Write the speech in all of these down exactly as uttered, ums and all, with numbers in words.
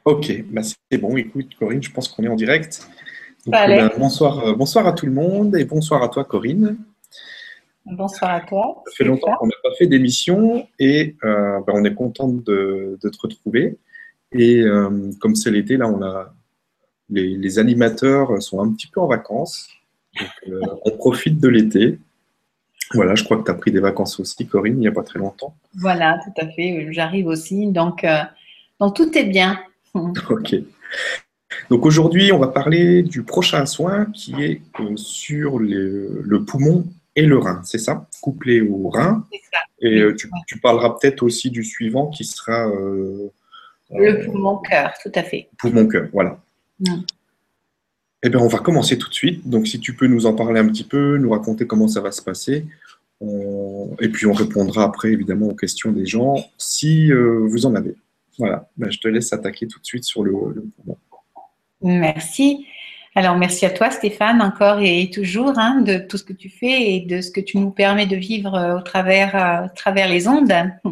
Ok, bah c'est bon. Écoute, Corinne, je pense qu'on est en direct. Donc, euh, bah, Alex, bonsoir, euh, bonsoir à tout le monde et bonsoir à toi, Corinne. bonsoir à toi, Ça fait longtemps Stéphane. qu'on n'a pas fait d'émission et euh, bah, on est content de, de te retrouver. Et euh, comme c'est l'été, là, on a, les, les animateurs sont un petit peu en vacances. Donc, euh, on profite de l'été. Voilà, je crois que tu as pris des vacances aussi, Corinne, il n'y a pas très longtemps. Voilà, tout à fait. J'arrive aussi, donc, euh, donc tout est bien. Ok. Donc aujourd'hui, on va parler du prochain soin qui est euh, sur le, le poumon et le rein, c'est ça? Couplé au rein. C'est ça. Et euh, Oui, tu, tu parleras peut-être aussi du suivant qui sera euh, le euh, poumon cœur, tout à fait. poumon-cœur. Voilà. Mm. Eh bien, on va commencer tout de suite. Donc, si tu peux nous en parler un petit peu, nous raconter comment ça va se passer. On- Et puis, on répondra après, évidemment, aux questions des gens, si euh, vous en avez. Voilà. Ben, je te laisse attaquer tout de suite sur le, le poumon. Merci. Alors, merci à toi, Stéphane, encore et toujours, hein, de tout ce que tu fais et de ce que tu nous permets de vivre euh, au travers, euh, au travers les ondes.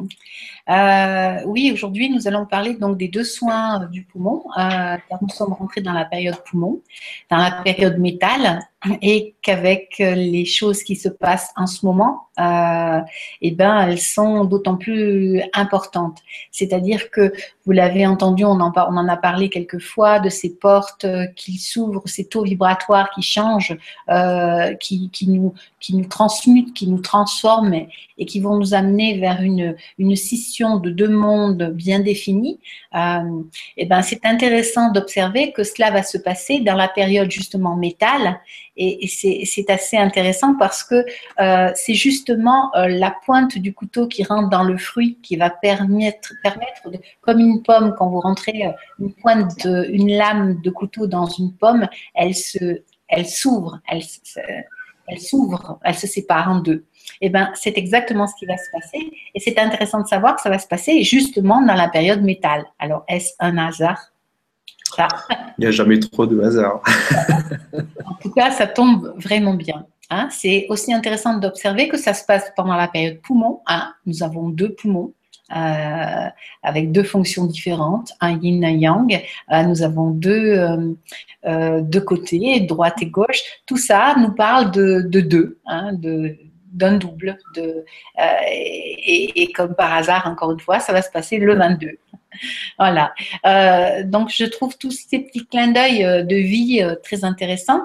Euh, oui, aujourd'hui, nous allons parler donc des deux soins du poumon, euh, car nous sommes rentrés dans la période poumon, dans la période métal, et qu'avec les choses qui se passent en ce moment, euh, eh ben, elles sont d'autant plus importantes. C'est-à-dire que vous l'avez entendu, on en, on en a parlé quelques fois de ces portes qui s'ouvrent, ces taux vibratoires qui changent, euh, qui, qui nous, qui nous transmutent, qui nous transforment et qui vont nous amener vers une une scission de deux mondes bien définis, euh, et ben c'est intéressant d'observer que cela va se passer dans la période justement métal, et, et c'est assez intéressant parce que euh, c'est justement euh, la pointe du couteau qui rentre dans le fruit qui va permettre, permettre de, comme une pomme, quand vous rentrez euh, une pointe, de, une lame de couteau dans une pomme, elle se, elle s'ouvre, elle, elle s'ouvre, elle se sépare en deux. Et ben, c'est exactement ce qui va se passer. Et c'est intéressant de savoir que ça va se passer justement dans la période métal. Alors, est-ce un hasard? Ça, Il n'y a jamais trop de hasard. en tout cas, ça tombe vraiment bien. Hein. C'est aussi intéressant d'observer que ça se passe pendant la période poumon. Hein. Nous avons deux poumons. Euh, avec deux fonctions différentes, un yin, un yang. Euh, nous avons deux, euh, euh, deux côtés, droite et gauche. Tout ça nous parle de, de deux, hein, de, d'un double. De, euh, et, et, comme par hasard, encore une fois, ça va se passer le vingt-deux. Voilà. Euh, donc, je trouve tous ces petits clins d'œil de vie euh, très intéressants.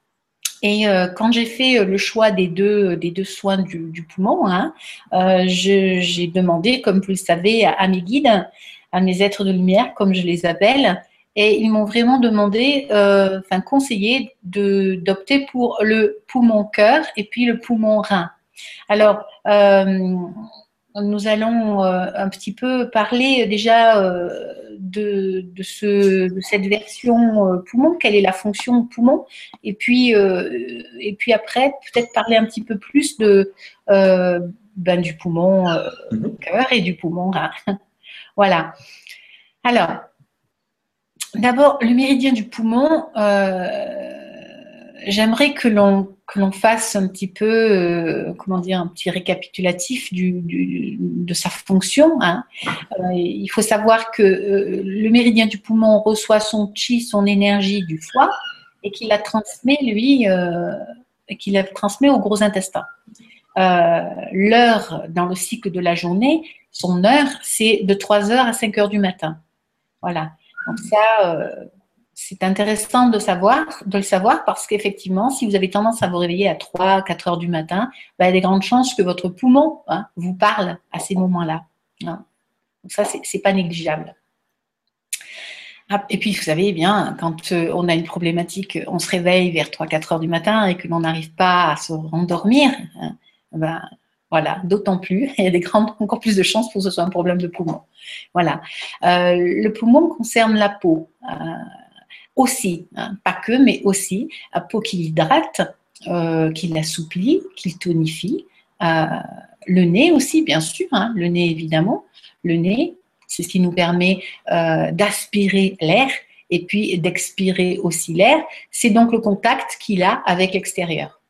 Et euh, quand j'ai fait le choix des deux, des deux soins du, du poumon, hein, euh, j'ai demandé, comme vous le savez, à, à mes guides, à mes êtres de lumière, comme je les appelle, et ils m'ont vraiment demandé, euh, enfin conseillé d'opter pour le poumon-cœur et puis le poumon-rein. Alors, euh, nous allons euh, un petit peu parler déjà euh, de, de, ce, de cette version euh, poumon, quelle est la fonction poumon, et puis, euh, et puis après, peut-être parler un petit peu plus de, euh, ben, du poumon euh, Mhm. cœur et du poumon rein. Voilà. Alors, d'abord, le méridien du poumon, euh, j'aimerais que l'on que l'on fasse un petit peu, euh, comment dire, un petit récapitulatif du, du, de sa fonction. Hein. Euh, il faut savoir que euh, le méridien du poumon reçoit son chi, son énergie du foie, et qu'il la transmet, lui, euh, qu'il la transmet au gros intestin. Euh, L'heure dans le cycle de la journée, son heure, c'est de trois heures à cinq heures du matin. Voilà. Donc ça, euh, c'est intéressant de savoir, de le savoir parce qu'effectivement, si vous avez tendance à vous réveiller à trois, quatre heures du matin, ben, il y a des grandes chances que votre poumon hein, vous parle à ces moments-là. Hein. Donc ça, c'est pas négligeable. Ah, et puis, vous savez bien, quand euh, on a une problématique, on se réveille vers trois, quatre heures du matin et que l'on n'arrive pas à se rendormir, hein, ben, voilà, d'autant plus, il y a des grandes, encore plus de chances pour que ce soit un problème de poumon. Voilà. Euh, le poumon concerne la peau. Euh, aussi, hein, pas que, mais aussi, la peau qui l'hydrate, euh, qui l'assouplit, qui le tonifie. Euh, le nez aussi, bien sûr, hein, le nez évidemment. Le nez, c'est ce qui nous permet euh, d'aspirer l'air et puis d'expirer aussi l'air. C'est donc le contact qu'il a avec l'extérieur.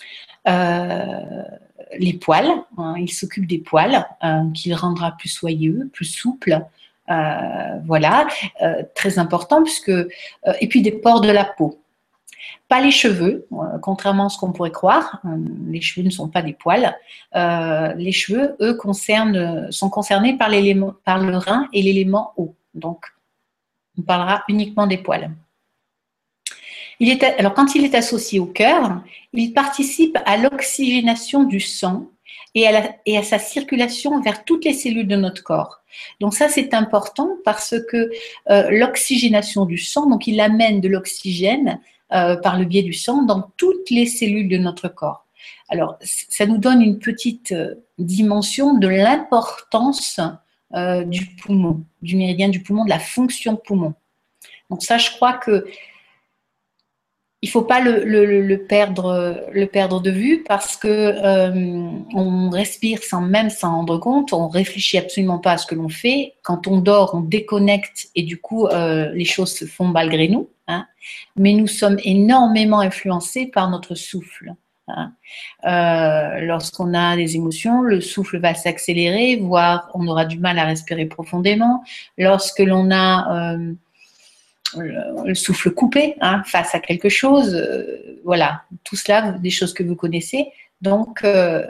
Euh, les poils, hein, il s'occupe des poils, euh, qu'il rendra plus soyeux, plus souples, Euh, voilà, euh, très important, puisque, euh, et puis des pores de la peau. Pas les cheveux, euh, contrairement à ce qu'on pourrait croire, euh, les cheveux ne sont pas des poils. Euh, les cheveux, eux, concernent, sont concernés par, l'élément, par le rein et l'élément eau. Donc, on parlera uniquement des poils. Il est, alors, quand il est associé au cœur, il participe à l'oxygénation du sang et à, la, et à sa circulation vers toutes les cellules de notre corps. Donc ça, c'est important parce que euh, l'oxygénation du sang, donc il amène de l'oxygène euh, par le biais du sang dans toutes les cellules de notre corps. Alors, ça nous donne une petite dimension de l'importance euh, du poumon, du méridien du poumon, de la fonction poumon. Donc ça, je crois que il ne faut pas le, le, le, perdre, le perdre de vue parce que euh, on respire sans même s'en rendre compte, on réfléchit absolument pas à ce que l'on fait. Quand on dort, on déconnecte et du coup, euh, les choses se font malgré nous. Hein. Mais nous sommes énormément influencés par notre souffle. Hein. Euh, lorsqu'on a des émotions, le souffle va s'accélérer, voire on aura du mal à respirer profondément. Lorsque l'on a... Euh, le souffle coupé hein, face à quelque chose, euh, voilà, tout cela, des choses que vous connaissez. Donc, euh,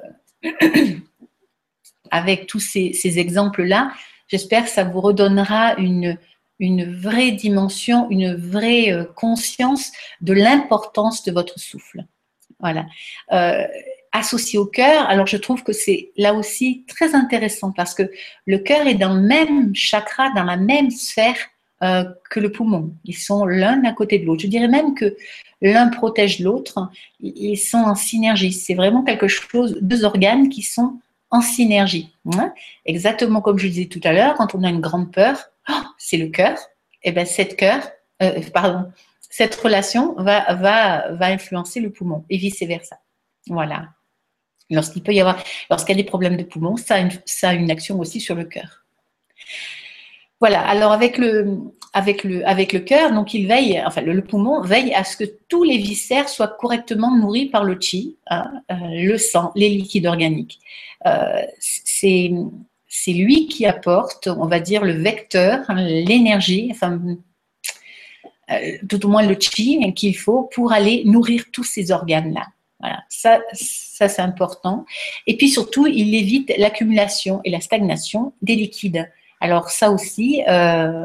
avec tous ces, ces exemples-là, j'espère que ça vous redonnera une, une vraie dimension, une vraie euh, conscience de l'importance de votre souffle. Voilà. Euh, associé au cœur, alors je trouve que c'est là aussi très intéressant parce que le cœur est dans le même chakra, dans la même sphère Euh, que le poumon. Ils sont l'un à côté de l'autre. Je dirais même que l'un protège l'autre. Ils sont en synergie. C'est vraiment quelque chose, deux organes qui sont en synergie. Hein. Exactement comme je disais tout à l'heure, quand on a une grande peur, oh, c'est le cœur. Et bien cette cœur, euh, pardon, cette relation va, va, va influencer le poumon et vice versa. Voilà. Lorsqu'il peut y avoir, lorsqu'il y a des problèmes de poumon, ça a une, ça a une action aussi sur le cœur. Voilà, alors avec le, avec le, avec le cœur, donc il veille, enfin le, le poumon veille à ce que tous les viscères soient correctement nourris par le qi, hein, euh, le sang, les liquides organiques. Euh, c'est, c'est lui qui apporte, on va dire, le vecteur, hein, l'énergie, enfin, euh, tout au moins le qi qu'il faut pour aller nourrir tous ces organes-là. Voilà, ça, ça c'est important. Et puis surtout, il évite l'accumulation et la stagnation des liquides. Alors ça aussi, euh,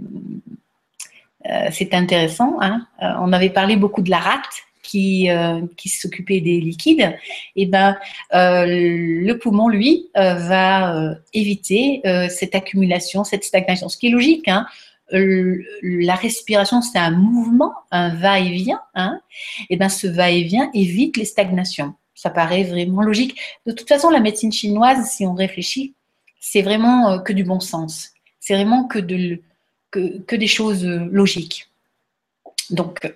euh, c'est intéressant. Hein. Euh, on avait parlé beaucoup de la rate qui, euh, qui s'occupait des liquides. Et ben, euh, le poumon, lui, euh, va euh, éviter euh, cette accumulation, cette stagnation. Ce qui est logique. Hein. Euh, la respiration, c'est un mouvement, un va-et-vient. Hein. Et ben, ce va-et-vient évite les stagnations. Ça paraît vraiment logique. De toute façon, la médecine chinoise, si on réfléchit, c'est vraiment que du bon sens. C'est vraiment que, de, que, que des choses logiques. Donc,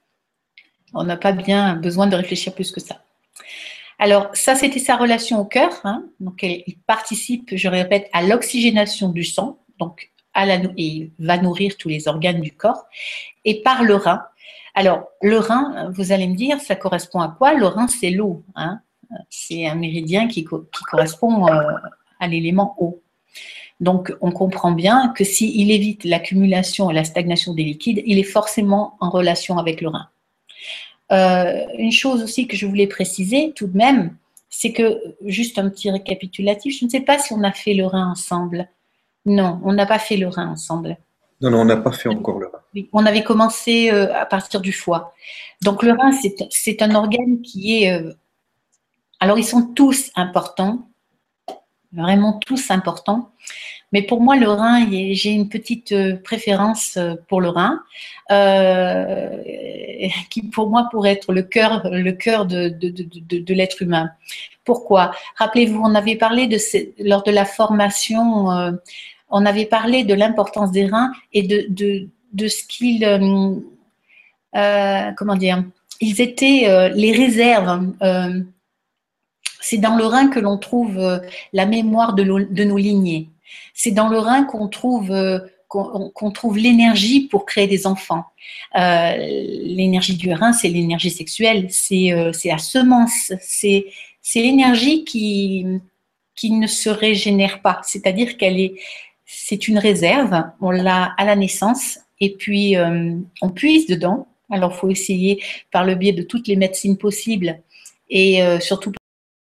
on n'a pas bien besoin de réfléchir plus que ça. Alors, ça, c'était sa relation au cœur. Hein. Donc, il participe, je répète, à l'oxygénation du sang. Donc, à la, et il va nourrir tous les organes du corps. Et par le rein. Alors, le rein, vous allez me dire, ça correspond à quoi? Le rein, c'est l'eau. Hein. C'est un méridien qui, qui correspond euh, à l'élément eau. Donc, on comprend bien que s'il évite l'accumulation et la stagnation des liquides, il est forcément en relation avec le rein. Euh, une chose aussi que je voulais préciser tout de même, c'est que, juste un petit récapitulatif, je ne sais pas si on a fait le rein ensemble. Non, on n'a pas fait le rein ensemble. Non, non, on n'a pas fait encore le rein. Oui, on avait commencé euh, à partir du foie. Donc, le rein, c'est, c'est un organe qui est... Euh, alors, ils sont tous importants, vraiment tous importants. Mais pour moi, le rein, j'ai une petite préférence pour le rein, euh, qui pour moi pourrait être le cœur, le cœur de, de, de, de, de l'être humain. Pourquoi? Rappelez-vous, on avait parlé de ce, lors de la formation, euh, on avait parlé de l'importance des reins et de, de, de ce qu'ils, euh, euh, comment dire, ils étaient euh, les réserves. Euh, c'est dans le rein que l'on trouve euh, la mémoire de, de nos lignées. C'est dans le rein qu'on trouve, euh, qu'on, qu'on trouve l'énergie pour créer des enfants. Euh, l'énergie du rein, c'est l'énergie sexuelle, c'est, euh, c'est la semence, c'est, c'est l'énergie qui, qui ne se régénère pas. C'est-à-dire qu'elle est, c'est une réserve, on l'a à la naissance, et puis euh, on puise dedans. Alors, il faut essayer par le biais de toutes les médecines possibles, et euh, surtout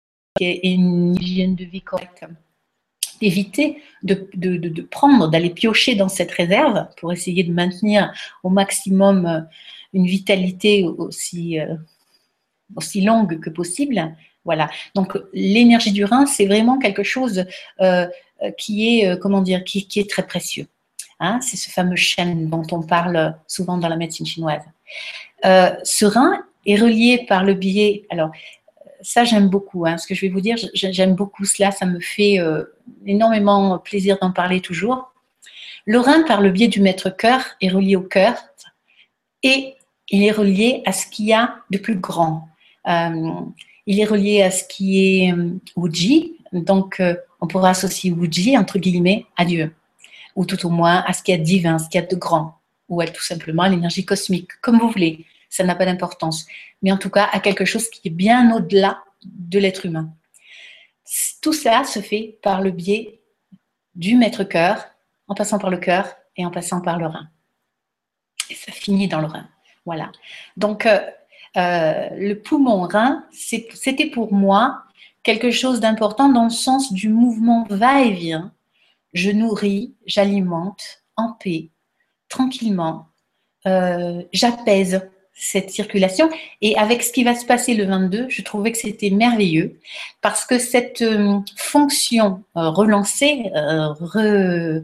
et une hygiène de vie correcte, d'éviter de, de, de, de prendre, d'aller piocher dans cette réserve pour essayer de maintenir au maximum une vitalité aussi, euh, aussi longue que possible. Voilà. Donc l'énergie du rein, c'est vraiment quelque chose euh, qui est, euh, comment dire, qui, qui est très précieux. Hein, c'est ce fameux chêne dont on parle souvent dans la médecine chinoise. Euh, ce rein est relié par le biais, alors ça j'aime beaucoup, hein, ce que je vais vous dire, j'aime beaucoup cela, ça me fait euh, énormément plaisir d'en parler toujours. Le rein, par le biais du maître-cœur, est relié au cœur et il est relié à ce qu'il y a de plus grand. Euh, il est relié à ce qui est euh, Wuji, donc euh, on pourra associer Wuji, entre guillemets, à Dieu, ou tout au moins à ce qu'il y a de divin, ce qu'il y a de grand, ou à tout simplement à l'énergie cosmique, comme vous voulez, ça n'a pas d'importance, mais en tout cas à quelque chose qui est bien au-delà de l'être humain. Tout ça se fait par le biais du maître-cœur, en passant par le cœur et en passant par le rein. Et ça finit dans le rein. Voilà. Donc, euh, euh, le poumon-rein, c'était pour moi quelque chose d'important dans le sens du mouvement va-et-vient. Je nourris, j'alimente en paix, tranquillement, euh, j'apaise cette circulation. Et avec ce qui va se passer le vingt-deux, je trouvais que c'était merveilleux parce que cette euh, fonction euh, relancée, euh, re,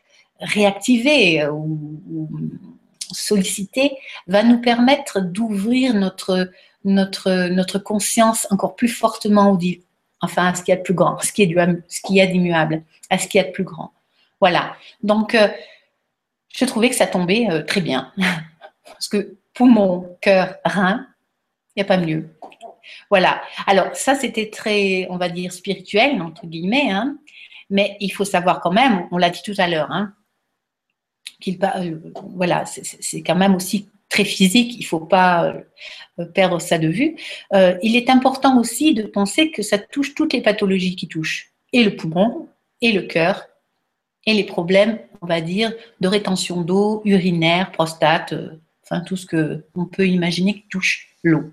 réactivée euh, ou, ou sollicitée va nous permettre d'ouvrir notre, notre, notre conscience encore plus fortement au divin, enfin à ce qu'il y a de plus grand, ce qui est du, ce qu'il y a d'immuable, à ce qu'il y a de plus grand. Voilà. Donc, euh, je trouvais que ça tombait euh, très bien. Parce que poumon, cœur, rein, il n'y a pas mieux. Voilà. Alors, ça, c'était très, on va dire, spirituel, entre guillemets, hein, mais il faut savoir quand même, on l'a dit tout à l'heure, hein, qu'il, euh, voilà, c'est quand même aussi très physique, il ne faut pas euh, perdre ça de vue. Euh, il est important aussi de penser que ça touche toutes les pathologies qui touchent, et le poumon, et le cœur, et les problèmes, on va dire, de rétention d'eau, urinaire, prostate, euh, enfin tout ce qu'on peut imaginer qui touche l'eau.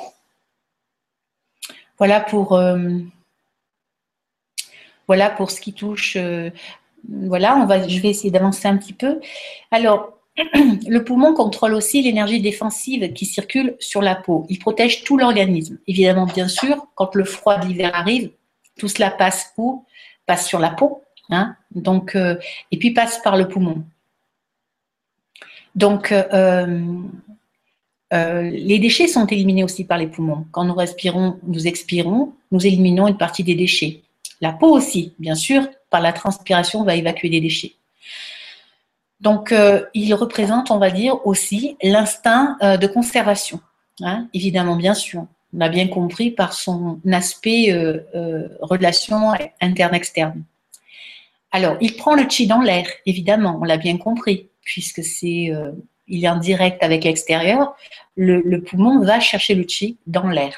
Voilà pour, euh, voilà pour ce qui touche. Euh, voilà, on va, je vais essayer d'avancer un petit peu. Alors, le poumon contrôle aussi l'énergie défensive qui circule sur la peau. Il protège tout l'organisme. Évidemment, bien sûr, quand le froid de l'hiver arrive, tout cela passe où? Passe sur la peau. Hein, donc, euh, et puis passe par le poumon. Donc, euh, euh, les déchets sont éliminés aussi par les poumons. Quand nous respirons, nous expirons, nous éliminons une partie des déchets. La peau aussi, bien sûr, par la transpiration, va évacuer des déchets. Donc, euh, il représente, on va dire, aussi l'instinct euh, de conservation. Hein, évidemment, bien sûr. On l'a bien compris par son aspect euh, euh, relation interne-externe. Alors, il prend le chi dans l'air, évidemment, on l'a bien compris, puisque c'est, euh, il est en direct avec l'extérieur. Le, le poumon va chercher le chi dans l'air.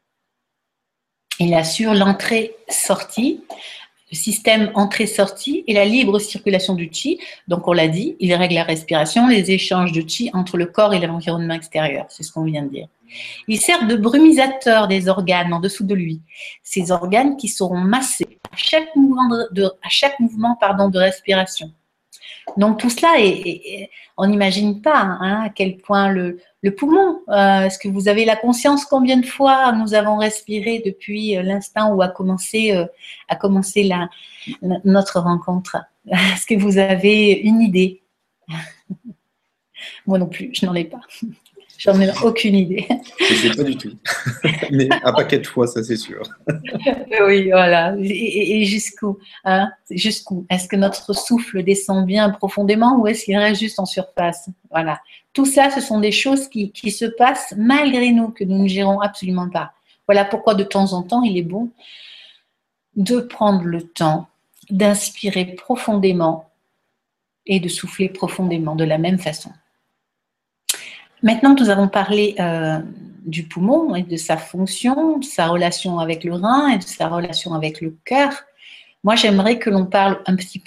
Il assure l'entrée-sortie, le système entrée-sortie et la libre circulation du chi. Donc, on l'a dit, il règle la respiration, les échanges de chi entre le corps et l'environnement extérieur. C'est ce qu'on vient de dire. Il sert de brumisateur des organes en dessous de lui. Ces organes qui seront massés à chaque mouvement, de, de, à chaque mouvement pardon, de respiration. Donc tout cela, est, est, est, on n'imagine pas hein, à quel point le, le poumon, euh, est-ce que vous avez la conscience combien de fois nous avons respiré depuis l'instant où a commencé, euh, a commencé la, la, notre rencontre? Est-ce que vous avez une idée? Moi non plus, je n'en ai pas. J'en ai aucune idée. Je ne sais pas du tout. Mais un paquet de fois, ça c'est sûr. Oui, voilà. Et, et jusqu'où hein Jusqu'où Est-ce que notre souffle descend bien profondément ou est-ce qu'il reste juste en surface? Voilà. Tout ça, ce sont des choses qui, qui se passent malgré nous, que nous ne gérons absolument pas. Voilà pourquoi de temps en temps, il est bon de prendre le temps d'inspirer profondément et de souffler profondément de la même façon. Maintenant que nous avons parlé euh, du poumon et de sa fonction, de sa relation avec le rein et de sa relation avec le cœur, moi j'aimerais que l'on parle un petit peu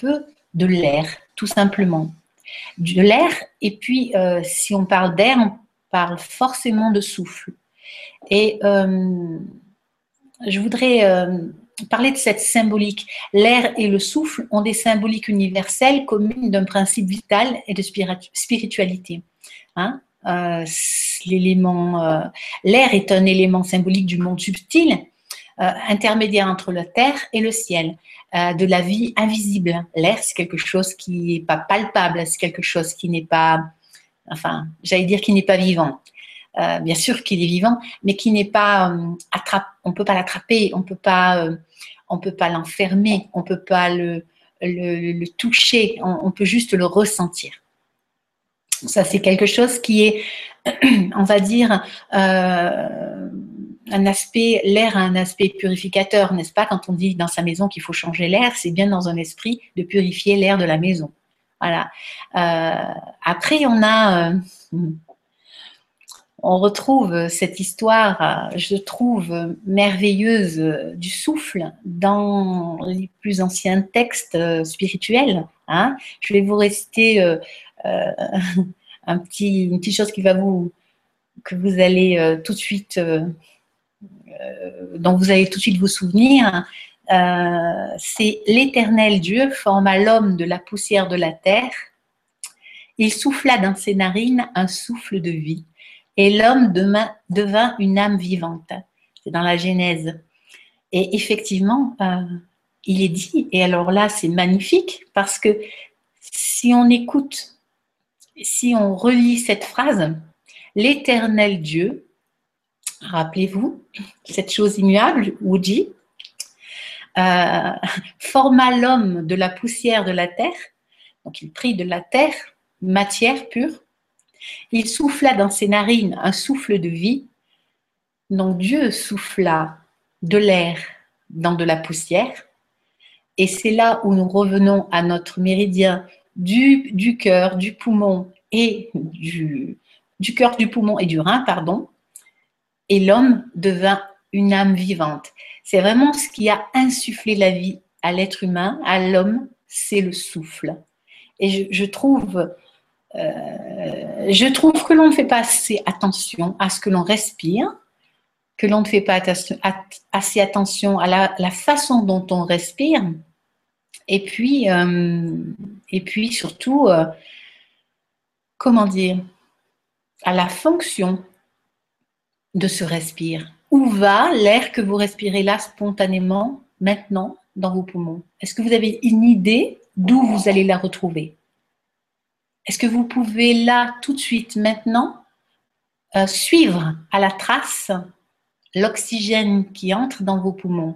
de l'air, tout simplement. De l'air, et puis euh, si on parle d'air, on parle forcément de souffle. Et euh, je voudrais euh, parler de cette symbolique. L'air et le souffle ont des symboliques universelles communes d'un principe vital et de spiritualité. Hein? Euh, l'élément, euh, l'air est un élément symbolique du monde subtil, euh, intermédiaire entre la terre et le ciel, euh, de la vie invisible. L'air, c'est quelque chose qui n'est pas palpable, c'est quelque chose qui n'est pas, enfin, j'allais dire qui n'est pas vivant. Euh, bien sûr qu'il est vivant, mais qui n'est pas euh, attrape, on peut pas l'attraper, on peut pas, euh, on peut pas l'enfermer, on peut pas le, le, le toucher, on, on peut juste le ressentir. Ça, c'est quelque chose qui est, on va dire, euh, un aspect, l'air a un aspect purificateur, n'est-ce pas? Quand on dit dans sa maison qu'il faut changer l'air, c'est bien dans un esprit de purifier l'air de la maison. Voilà. Euh, après, on a... Euh, on retrouve cette histoire, je trouve, merveilleuse du souffle dans les plus anciens textes spirituels. Hein. Je vais vous réciter euh, euh, un petit, une petite chose qui va vous, que vous allez euh, tout de suite, euh, dont vous allez tout de suite vous souvenir. Euh, c'est l'Éternel Dieu forma l'homme de la poussière de la terre. Il souffla dans ses narines un souffle de vie. Et l'homme devint une âme vivante. C'est dans la Genèse. Et effectivement, euh, il est dit, et alors là, c'est magnifique, parce que si on écoute, si on relit cette phrase, l'Éternel Dieu, rappelez-vous, cette chose immuable, ou dit, euh, forma l'homme de la poussière de la terre, donc il prit de la terre, matière pure, il souffla dans ses narines un souffle de vie. Donc Dieu souffla de l'air dans de la poussière. Et c'est là où nous revenons à notre méridien du, du cœur, du poumon et du, du cœur, du poumon et du rein, pardon. Et l'homme devint une âme vivante. C'est vraiment ce qui a insufflé la vie à l'être humain, à l'homme, c'est le souffle. Et je, je trouve... Euh, je trouve que l'on ne fait pas assez attention à ce que l'on respire, que l'on ne fait pas attention, assez attention à la, la façon dont on respire, et puis, euh, et puis surtout, euh, comment dire, à la fonction de ce respire. Où va l'air que vous respirez là spontanément, maintenant, dans vos poumons? Est-ce que vous avez une idée d'où vous allez la retrouver? Est-ce que vous pouvez là, tout de suite, maintenant, euh, suivre à la trace l'oxygène qui entre dans vos poumons?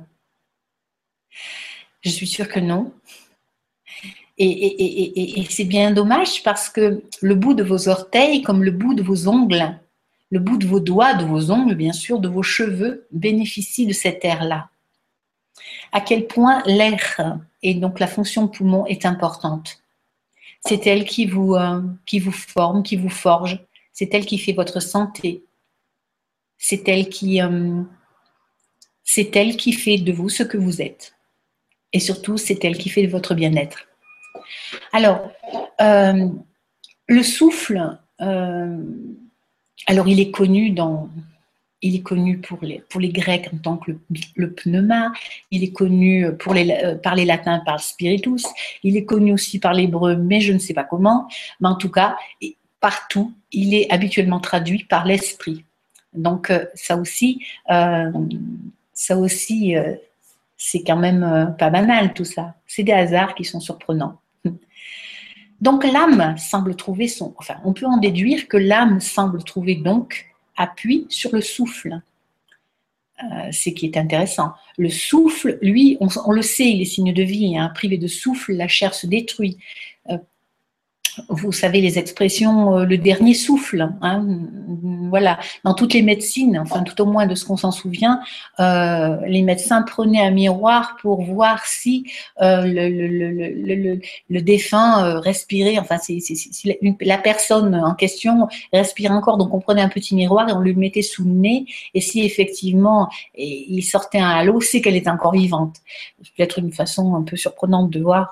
Je suis sûre que non. Et, et, et, et, et c'est bien dommage parce que le bout de vos orteils, comme le bout de vos ongles, le bout de vos doigts, de vos ongles, bien sûr, de vos cheveux, bénéficie de cet air-là. À quel point l'air et donc la fonction poumon est importante. C'est elle qui vous, euh, qui vous forme, qui vous forge. C'est elle qui fait votre santé. C'est elle qui, euh, c'est elle qui fait de vous ce que vous êtes. Et surtout, c'est elle qui fait de votre bien-être. Alors, euh, le souffle, euh, alors il est connu dans... Il est connu pour les, pour les Grecs en tant que le, le pneuma, il est connu pour les, euh, par les Latins par spiritus, il est connu aussi par l'hébreu, mais je ne sais pas comment, mais en tout cas, partout, il est habituellement traduit par l'esprit. Donc euh, ça aussi, euh, ça aussi euh, c'est quand même euh, pas banal tout ça, c'est des hasards qui sont surprenants. Donc l'âme semble trouver son... Enfin, on peut en déduire que l'âme semble trouver donc appui sur le souffle. Euh, c'est qui est intéressant. Le souffle, lui, on, on le sait, il est signe de vie. Hein. Privé de souffle, la chair se détruit. Euh, vous savez les expressions, euh, le dernier souffle. Hein. Voilà. Dans toutes les médecines, enfin tout au moins de ce qu'on s'en souvient, euh, les médecins prenaient un miroir pour voir si euh, le, le, le, le, le, le défunt euh, respirait. Enfin, c'est, c'est, c'est, la, la personne en question respire encore. Donc on prenait un petit miroir et on lui le mettait sous le nez. Et si effectivement et, il sortait un halo, c'est qu'elle est encore vivante. C'est peut-être une façon un peu surprenante de voir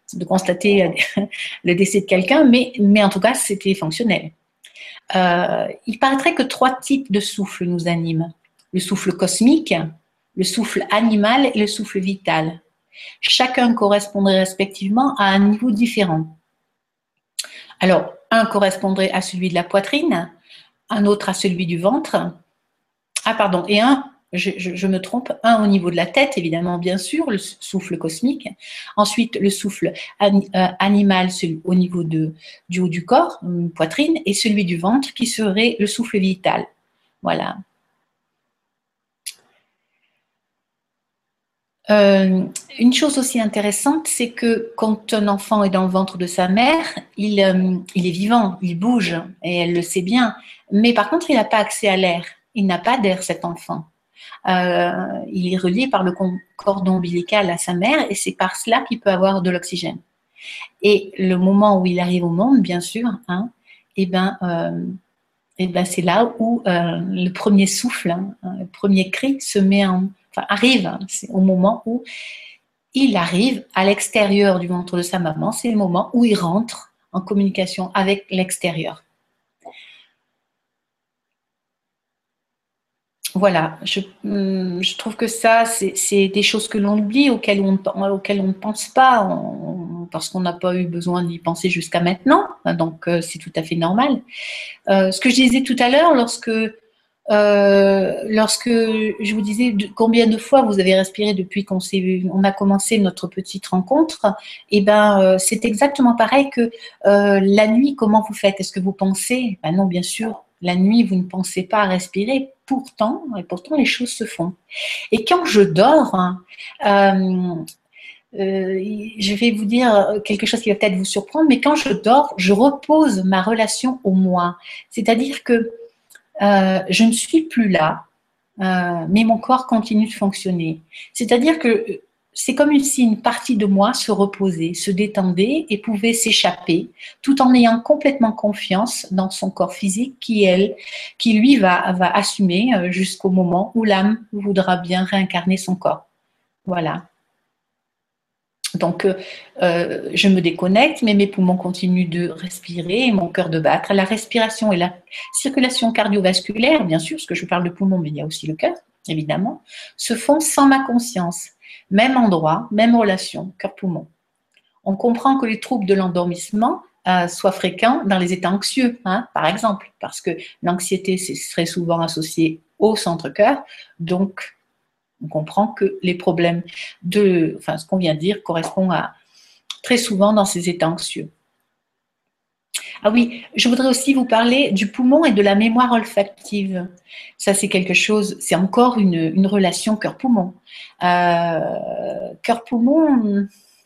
de constater le décès de quelqu'un, mais, mais en tout cas, c'était fonctionnel. Euh, il paraîtrait que trois types de souffle nous animent. Le souffle cosmique, le souffle animal et le souffle vital. Chacun correspondrait respectivement à un niveau différent. Alors, un correspondrait à celui de la poitrine, un autre à celui du ventre, ah pardon, et un, je, je, je me trompe, un au niveau de la tête, évidemment, bien sûr, le souffle cosmique. Ensuite, le souffle an, euh, animal, celui au niveau de, du haut du corps, poitrine, et celui du ventre qui serait le souffle vital. Voilà. Euh, une chose aussi intéressante, c'est que quand un enfant est dans le ventre de sa mère, il, euh, il est vivant, il bouge, et elle le sait bien. Mais par contre, il n'a pas accès à l'air. Il n'a pas d'air, cet enfant. Euh, il est relié par le cordon ombilical à sa mère, et c'est par cela qu'il peut avoir de l'oxygène. Et le moment où il arrive au monde, bien sûr, hein, et ben, euh, et ben c'est là où euh, le premier souffle, hein, le premier cri se met en, enfin, arrive. Hein, c'est au moment où il arrive à l'extérieur du ventre de sa maman. C'est le moment où il rentre en communication avec l'extérieur. Voilà, je, je trouve que ça, c'est des choses que l'on oublie, auxquelles on, auxquelles on ne pense pas, on, parce qu'on n'a pas eu besoin d'y penser jusqu'à maintenant, donc euh, c'est tout à fait normal. Euh, ce que je disais tout à l'heure, lorsque, euh, lorsque je vous disais de, combien de fois vous avez respiré depuis qu'on on a commencé notre petite rencontre, et ben euh, c'est exactement pareil que euh, la nuit, comment vous faites? Est-ce que vous pensez? Ben non, bien sûr. La nuit, vous ne pensez pas à respirer, pourtant, et pourtant les choses se font. Et quand je dors, hein, euh, euh, je vais vous dire quelque chose qui va peut-être vous surprendre, mais quand je dors, je repose ma relation au moi. C'est-à-dire que euh, je ne suis plus là, euh, mais mon corps continue de fonctionner. C'est-à-dire que c'est comme si une partie de moi se reposait, se détendait et pouvait s'échapper, tout en ayant complètement confiance dans son corps physique qui, elle, qui lui va, va assumer jusqu'au moment où l'âme voudra bien réincarner son corps. Voilà. Donc, euh, je me déconnecte, mais mes poumons continuent de respirer et mon cœur de battre. La respiration et la circulation cardiovasculaire, bien sûr, parce que je parle de poumons, mais il y a aussi le cœur, évidemment, se font sans ma conscience. Même endroit, même relation, cœur-poumon. On comprend que les troubles de l'endormissement euh, soient fréquents dans les états anxieux, hein, par exemple, parce que l'anxiété serait souvent associée au centre-cœur, donc on comprend que les problèmes de, enfin, ce qu'on vient de dire correspond à très souvent dans ces états anxieux. Ah oui, je voudrais aussi vous parler du poumon et de la mémoire olfactive. Ça, c'est quelque chose, c'est encore une, une relation cœur-poumon. Euh, cœur-poumon,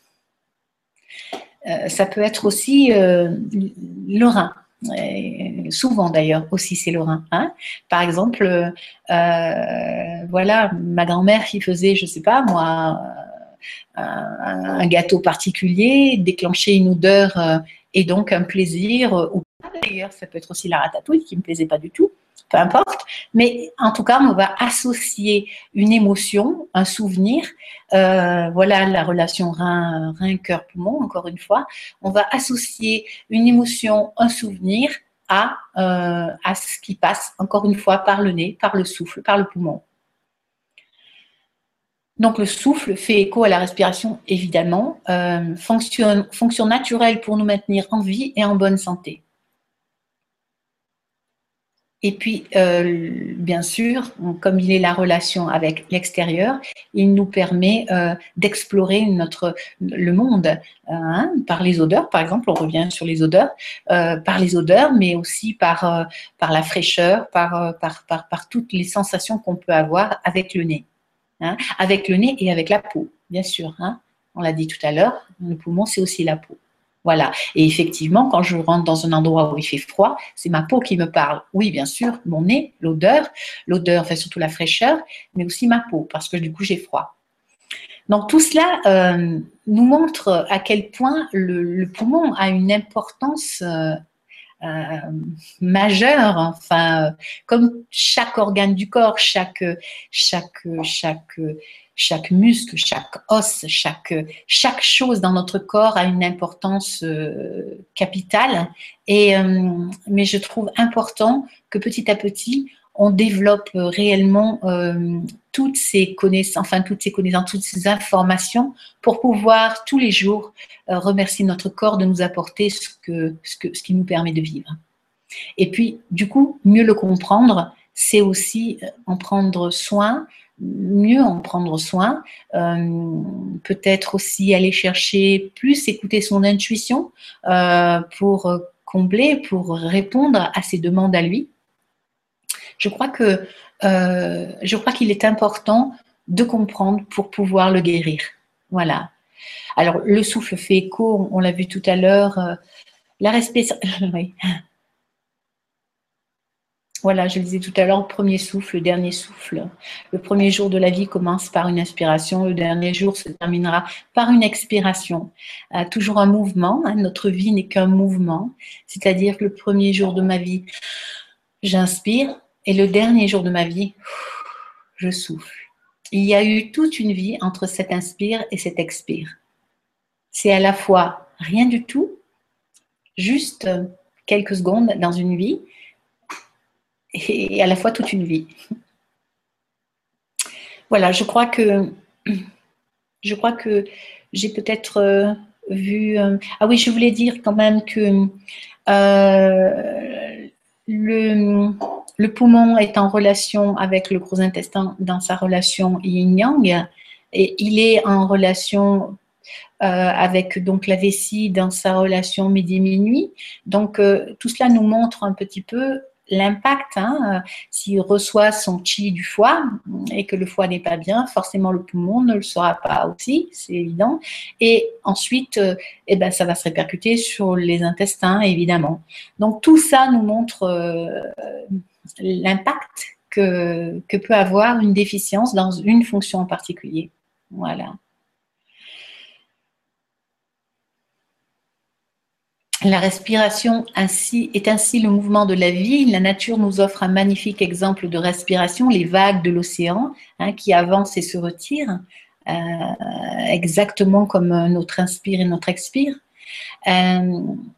euh, ça peut être aussi euh, le rein. Et souvent d'ailleurs aussi c'est le rein. Hein. Par exemple, euh, voilà, ma grand-mère qui faisait, je sais pas moi, un, un gâteau particulier, déclencher une odeur euh, et donc un plaisir, euh, ou pas d'ailleurs, ça peut être aussi la ratatouille qui me plaisait pas du tout, peu importe, mais en tout cas on va associer une émotion, un souvenir, euh, voilà la relation rein, rein, cœur, poumon, encore une fois, on va associer une émotion, un souvenir à, euh, à ce qui passe, encore une fois, par le nez, par le souffle, par le poumon. Donc le souffle fait écho à la respiration, évidemment, euh, fonction, fonction naturelle pour nous maintenir en vie et en bonne santé. Et puis, euh, bien sûr, comme il est la relation avec l'extérieur, il nous permet euh, d'explorer notre le monde hein, par les odeurs, par exemple, on revient sur les odeurs, euh, par les odeurs, mais aussi par euh, par la fraîcheur, par, par par par toutes les sensations qu'on peut avoir avec le nez. Hein, avec le nez et avec la peau, bien sûr. Hein. On l'a dit tout à l'heure, le poumon, c'est aussi la peau. Voilà. Et effectivement, quand je rentre dans un endroit où il fait froid, c'est ma peau qui me parle. Oui, bien sûr, mon nez, l'odeur, l'odeur, enfin surtout la fraîcheur, mais aussi ma peau, parce que du coup, j'ai froid. Donc tout cela euh, nous montre à quel point le, le poumon a une importance euh, Euh, majeur, enfin, euh, comme chaque organe du corps, chaque, chaque, chaque, chaque muscle, chaque os, chaque, chaque chose dans notre corps a une importance euh, capitale. Et, euh, mais je trouve important que petit à petit, on développe réellement euh, toutes ces connaissances, enfin toutes ces connaissances, toutes ces informations pour pouvoir tous les jours euh, remercier notre corps de nous apporter ce, que, ce, que, ce qui nous permet de vivre. Et puis, du coup, mieux le comprendre, c'est aussi en prendre soin, mieux en prendre soin, euh, peut-être aussi aller chercher plus, écouter son intuition euh, pour combler, pour répondre à ses demandes à lui. Je crois que euh, je crois qu'il est important de comprendre pour pouvoir le guérir. Voilà. Alors, le souffle fait écho, on l'a vu tout à l'heure. Euh, la respiration. Oui. Voilà, je le disais tout à l'heure, le premier souffle, le dernier souffle. Le premier jour de la vie commence par une inspiration, le dernier jour se terminera par une expiration. Euh, toujours un mouvement, hein, notre vie n'est qu'un mouvement, c'est-à-dire que le premier jour de ma vie, j'inspire, et le dernier jour de ma vie, je souffle. Il y a eu toute une vie entre cet inspire et cet expire. C'est à la fois rien du tout, juste quelques secondes dans une vie, et à la fois toute une vie. Voilà, je crois que je crois que j'ai peut-être euh, vu. Euh, ah oui, je voulais dire quand même que euh, le, le poumon est en relation avec le gros intestin dans sa relation yin-yang, et il est en relation euh, avec donc la vessie dans sa relation midi-minuit. Donc euh, tout cela nous montre un petit peu l'impact, hein, s'il reçoit son chi du foie et que le foie n'est pas bien, forcément le poumon ne le sera pas aussi, c'est évident. Et ensuite, euh, eh ben, ça va se répercuter sur les intestins, évidemment. Donc tout ça nous montre euh, l'impact que, que peut avoir une déficience dans une fonction en particulier. Voilà. La respiration ainsi, est ainsi le mouvement de la vie. La nature nous offre un magnifique exemple de respiration, les vagues de l'océan, hein, qui avancent et se retirent, euh, exactement comme notre inspire et notre expire. Euh,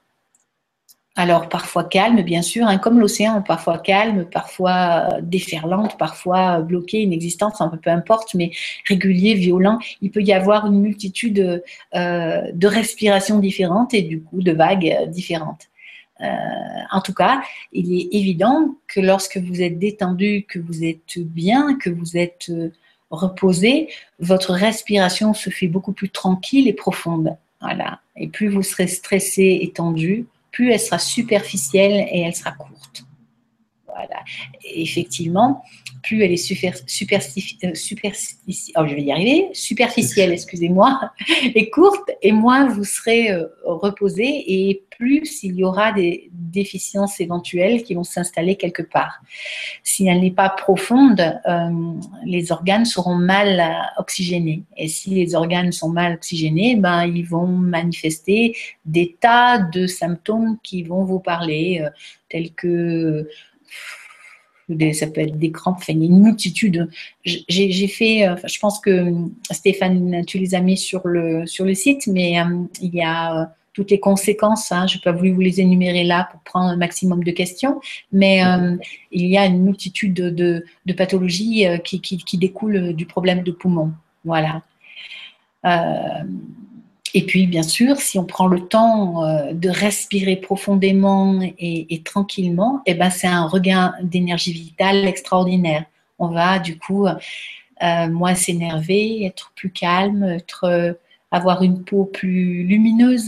alors parfois calme, bien sûr, hein, comme l'océan, parfois calme, parfois déferlante, parfois bloqué, inexistante, un peu peu importe, mais régulier, violent. Il peut y avoir une multitude euh, de respirations différentes et du coup de vagues différentes. Euh, en tout cas, il est évident que lorsque vous êtes détendu, que vous êtes bien, que vous êtes reposé, votre respiration se fait beaucoup plus tranquille et profonde. Voilà. Et plus vous serez stressé et tendu, plus elle sera superficielle et elle sera courte. Voilà. Et effectivement, plus elle est super, super, super, oh, je vais y arriver, superficielle, excusez-moi, et courte, et moins vous serez euh, reposé, et plus il y aura des déficiences éventuelles qui vont s'installer quelque part. Si elle n'est pas profonde, euh, les organes seront mal oxygénés. Et si les organes sont mal oxygénés, ben, ils vont manifester des tas de symptômes qui vont vous parler, euh, tels que Des, ça peut être des crampes, enfin, il y a une multitude. J'ai, j'ai fait, enfin, je pense que Stéphane, tu les as mis sur le, sur le site, mais euh, il y a euh, toutes les conséquences. Hein, je n'ai pas voulu vous les énumérer là pour prendre un maximum de questions, mais euh, il y a une multitude de, de, de pathologies euh, qui, qui, qui découlent du problème de poumon. Voilà. Euh, Et puis, bien sûr, si on prend le temps euh, de respirer profondément et, et tranquillement, eh ben, c'est un regain d'énergie vitale extraordinaire. On va, du coup, euh, moins s'énerver, être plus calme, être, euh, avoir une peau plus lumineuse,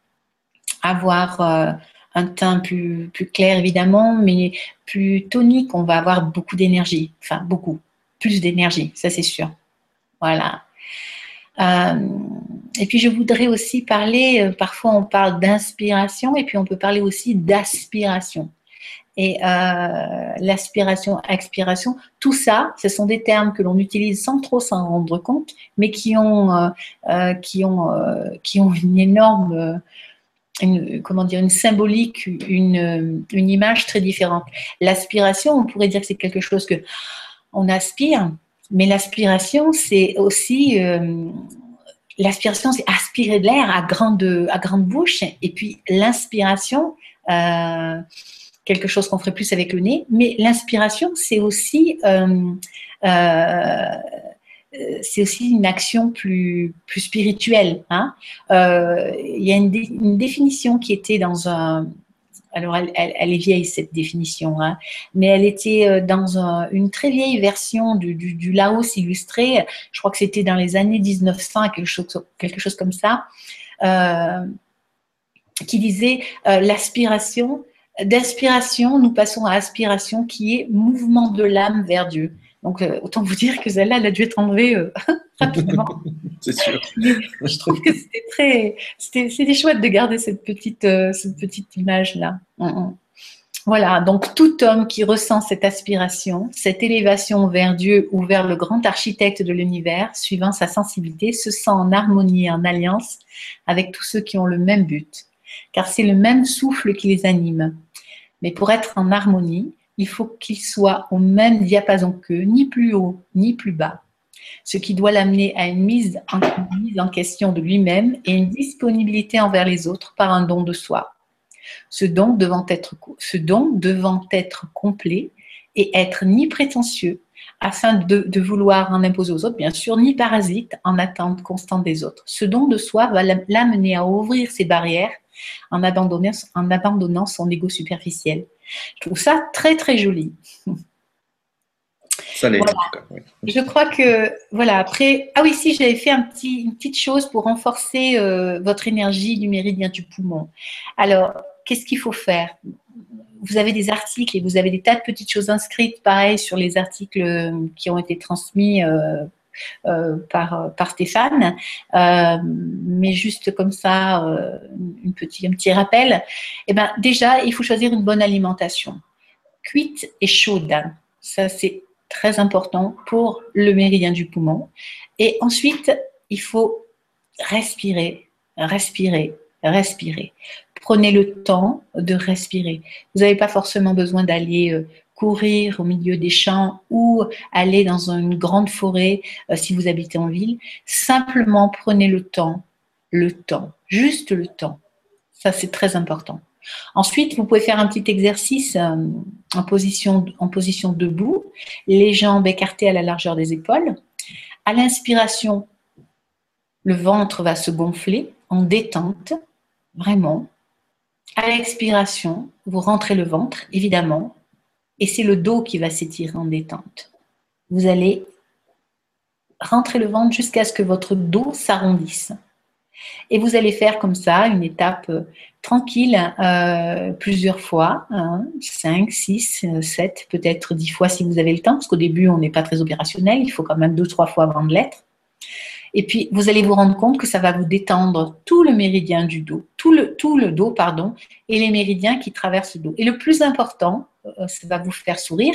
avoir euh, un teint plus, plus clair, évidemment, mais plus tonique. On va avoir beaucoup d'énergie, enfin, beaucoup, plus d'énergie, ça c'est sûr. Voilà. Euh, et puis je voudrais aussi parler, euh, parfois on parle d'inspiration et puis on peut parler aussi d'aspiration. Et euh, l'aspiration, expiration, tout ça, ce sont des termes que l'on utilise sans trop s'en rendre compte, mais qui ont, euh, euh, qui ont, euh, qui ont une énorme, euh, une, comment dire, une symbolique, une, une image très différente. L'aspiration, on pourrait dire que c'est quelque chose que on aspire. Mais l'aspiration, c'est aussi… Euh, l'aspiration, c'est aspirer de l'air à grande, à grande bouche. Et puis l'inspiration, euh, quelque chose qu'on ferait plus avec le nez. Mais l'inspiration, c'est aussi… Euh, euh, c'est aussi une action plus, plus spirituelle. Hein. Euh, il y a une, dé, une définition qui était dans un… Alors, elle, elle, elle est vieille, cette définition, hein, mais elle était dans un, une très vieille version du, du, du Laos illustré. Je crois que c'était dans les années mille neuf cents, quelque chose, quelque chose comme ça, euh, qui disait euh, l'aspiration. D'inspiration, nous passons à aspiration, qui est mouvement de l'âme vers Dieu. Donc, euh, autant vous dire que celle-là, elle a dû être enlevée euh, rapidement. C'est sûr. Mais je trouve que c'était très… C'était chouette de garder cette petite, euh, cette petite image-là. Mm-hmm. Voilà, donc tout homme qui ressent cette aspiration, cette élévation vers Dieu ou vers le grand architecte de l'univers, suivant sa sensibilité, se sent en harmonie et en alliance avec tous ceux qui ont le même but. Car c'est le même souffle qui les anime. Mais pour être en harmonie, il faut qu'il soit au même diapason qu'eux, ni plus haut, ni plus bas. Ce qui doit l'amener à une mise, en, une mise en question de lui-même et une disponibilité envers les autres par un don de soi. Ce don devant être, ce don devant être complet et être ni prétentieux, afin de, de vouloir en imposer aux autres, bien sûr, ni parasite en attente constante des autres. Ce don de soi va l'amener à ouvrir ses barrières en abandonnant, en abandonnant son ego superficiel. Je trouve ça très, très joli. Ça l'est, voilà. En tout cas, oui. Je crois que, voilà, après… Ah oui, si, j'avais fait un petit, une petite chose pour renforcer euh, votre énergie du méridien du poumon. Alors, qu'est-ce qu'il faut faire? Vous avez des articles et vous avez des tas de petites choses inscrites, pareil, sur les articles qui ont été transmis euh, euh, par, par Stéphane. Euh, mais juste comme ça, euh, une petit, un petit rappel. Eh ben, déjà, il faut choisir une bonne alimentation. Cuite et chaude. Ça, c'est très important pour le méridien du poumon. Et ensuite, il faut respirer, respirer, respirer. Prenez le temps de respirer. Vous n'avez pas forcément besoin d'aller euh, courir au milieu des champs ou aller dans une grande forêt euh, si vous habitez en ville. Simplement prenez le temps, le temps, juste le temps. Ça, c'est très important. Ensuite, vous pouvez faire un petit exercice euh, en, position, en position debout, les jambes écartées à la largeur des épaules. À l'inspiration, le ventre va se gonfler en détente, vraiment. À l'expiration, vous rentrez le ventre, évidemment, et c'est le dos qui va s'étirer en détente. Vous allez rentrer le ventre jusqu'à ce que votre dos s'arrondisse. Et vous allez faire comme ça une étape euh, tranquille euh, plusieurs fois, hein, cinq, six, sept, peut-être dix fois si vous avez le temps, parce qu'au début, on n'est pas très opérationnel, il faut quand même deux, trois fois avant de l'être. Et puis, vous allez vous rendre compte que ça va vous détendre tout le méridien du dos, tout le, tout le dos, pardon, et les méridiens qui traversent le dos. Et le plus important, euh, ça va vous faire sourire,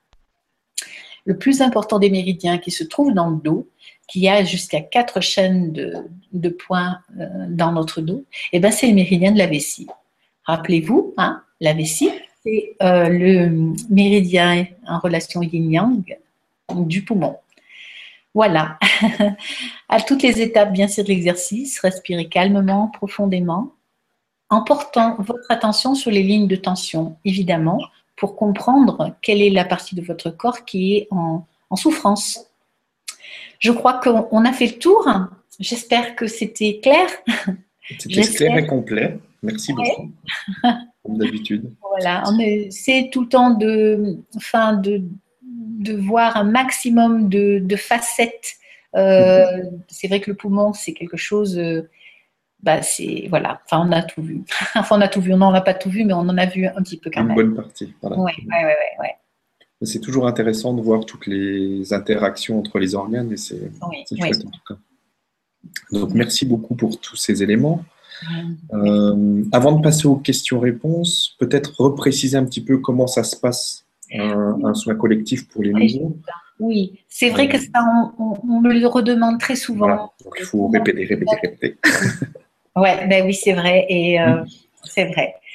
le plus important des méridiens qui se trouvent dans le dos, qui a jusqu'à quatre chaînes de, de points euh, dans notre dos, et ben c'est le méridien de la vessie. Rappelez-vous, hein, la vessie, c'est euh, le méridien en relation yin-yang du poumon. Voilà. À toutes les étapes, bien sûr, de l'exercice, respirez calmement, profondément, en portant votre attention sur les lignes de tension, évidemment, pour comprendre quelle est la partie de votre corps qui est en, en souffrance. Je crois qu'on a fait le tour. J'espère que c'était clair. C'était clair et complet. Merci ouais. beaucoup, comme d'habitude. Voilà, on essaie tout le temps de, enfin de, de voir un maximum de, de facettes. Euh, mm-hmm. C'est vrai que le poumon, c'est quelque chose… Euh, bah c'est voilà, enfin on a tout vu. Enfin on a tout vu, non on n'a pas tout vu, mais on en a vu un petit peu quand Une même. Une bonne partie. Voilà. Ouais, ouais, ouais, ouais. C'est toujours intéressant de voir toutes les interactions entre les organes et c'est oui, chouette oui. en tout cas. Donc merci beaucoup pour tous ces éléments. Euh, avant de passer aux questions-réponses, peut-être repréciser un petit peu comment ça se passe un, un soin collectif pour les nouveaux. Oui, c'est vrai que ça, on, on me le redemande très souvent. Voilà. Donc il faut répéter, répéter, répéter. Ouais, ben oui, c'est vrai, et euh, c'est vrai.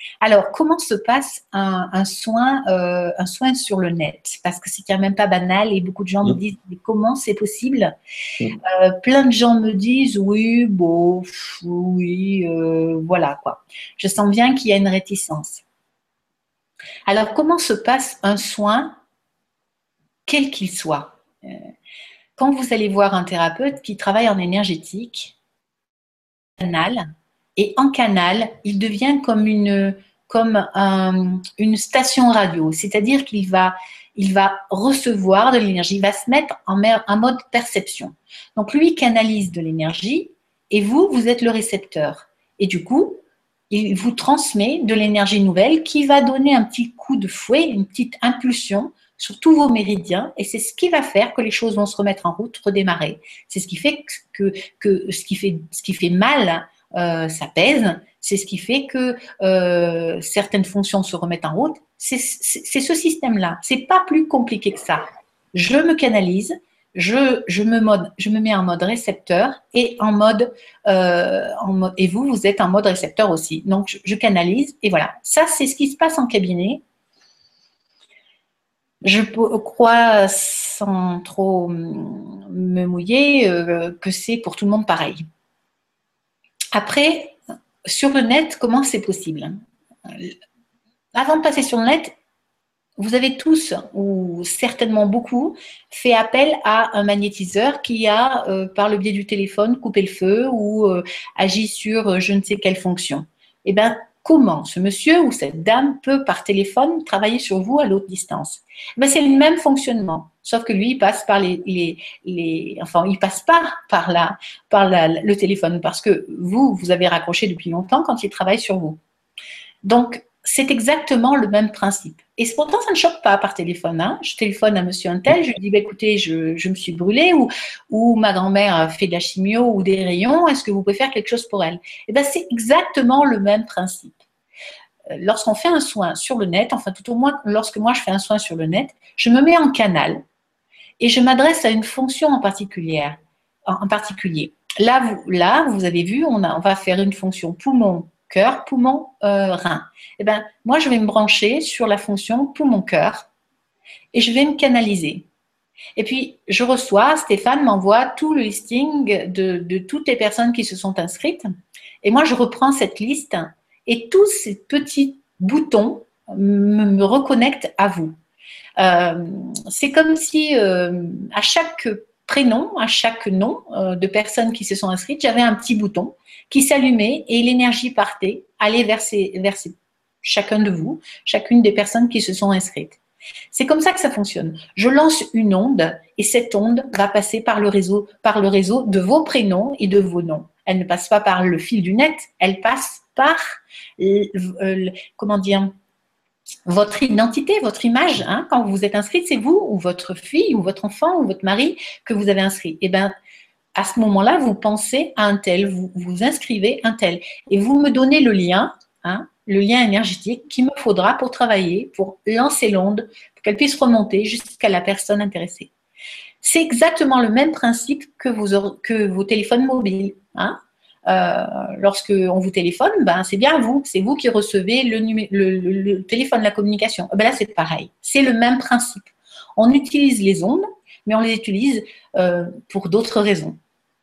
Alors, comment se passe un, un soin, euh, un soin sur le net? Parce que c'est quand même pas banal et beaucoup de gens me disent mais comment c'est possible? euh, Plein de gens me disent oui, bon, oui, euh, voilà quoi. Je sens bien qu'il y a une réticence. Alors, comment se passe un soin, quel qu'il soit? euh, Quand vous allez voir un thérapeute qui travaille en énergétique, canal, et en canal, il devient comme une, comme un, une station radio, c'est-à-dire qu'il va, il va recevoir de l'énergie, il va se mettre en, en mode perception. Donc lui canalise de l'énergie et vous, vous êtes le récepteur. Et du coup, il vous transmet de l'énergie nouvelle qui va donner un petit coup de fouet, une petite impulsion sur tous vos méridiens, et c'est ce qui va faire que les choses vont se remettre en route, redémarrer. C'est ce qui fait que, que ce, qui fait, ce qui fait mal euh, s'apaise, c'est ce qui fait que euh, certaines fonctions se remettent en route. C'est ce système-là. C'est pas plus compliqué que ça. Je me canalise, je, je, me mode, je me mets en mode récepteur et en mode, euh, en mode et vous, vous êtes en mode récepteur aussi. Donc, je, je canalise et voilà. Ça, c'est ce qui se passe en cabinet. Je crois, sans trop me mouiller, euh, que c'est pour tout le monde pareil. Après, sur le net, comment c'est possible? Avant de passer sur le net, vous avez tous, ou certainement beaucoup, fait appel à un magnétiseur qui a, euh, par le biais du téléphone, coupé le feu ou euh, agi sur euh, je ne sais quelle fonction. Eh bien, comment ce monsieur ou cette dame peut, par téléphone, travailler sur vous à l'autre distance? Ben, c'est le même fonctionnement, sauf que lui, il passe par les, les, les enfin, il passe pas par la, par la, le téléphone, parce que vous, vous avez raccroché depuis longtemps quand il travaille sur vous. Donc, c'est exactement le même principe. Et pourtant, ça ne choque pas par téléphone. Hein. Je téléphone à monsieur Untel, je lui dis, bah, écoutez, je, je me suis brûlée, ou, ou ma grand-mère fait de la chimio ou des rayons, est-ce que vous pouvez faire quelque chose pour elle? Eh bien, c'est exactement le même principe. Lorsqu'on fait un soin sur le net, enfin tout au moins lorsque moi je fais un soin sur le net, je me mets en canal et je m'adresse à une fonction en particulier. En particulier. Là, vous, là, vous avez vu, on, a, on va faire une fonction poumon, cœur, poumon, euh, rein. Eh ben, moi, je vais me brancher sur la fonction poumon-cœur et je vais me canaliser. Et puis, je reçois, Stéphane m'envoie tout le listing de, de toutes les personnes qui se sont inscrites. Et moi, je reprends cette liste et tous ces petits boutons me, me reconnectent à vous. Euh, c'est comme si euh, à chaque prénom, à chaque nom euh, de personnes qui se sont inscrites, j'avais un petit bouton qui s'allumait et l'énergie partait, allait vers, ces, vers ces, chacun de vous, chacune des personnes qui se sont inscrites. C'est comme ça que ça fonctionne. Je lance une onde et cette onde va passer par le réseau, par le réseau de vos prénoms et de vos noms. Elle ne passe pas par le fil du net, elle passe par, euh, euh, comment dire, votre identité, votre image. Hein, quand vous vous êtes inscrite, c'est vous ou votre fille ou votre enfant ou votre mari que vous avez inscrit. Et bien, à ce moment-là, vous pensez à un tel, vous vous inscrivez un tel. Et vous me donnez le lien, hein, le lien énergétique qu'il me faudra pour travailler, pour lancer l'onde, pour qu'elle puisse remonter jusqu'à la personne intéressée. C'est exactement le même principe que vos, que vos téléphones mobiles. Hein. Euh, lorsque on vous téléphone, ben, c'est bien vous, c'est vous qui recevez le, le, le, le téléphone, la communication. Ben là, c'est pareil. C'est le même principe. On utilise les ondes, mais on les utilise euh, pour d'autres raisons.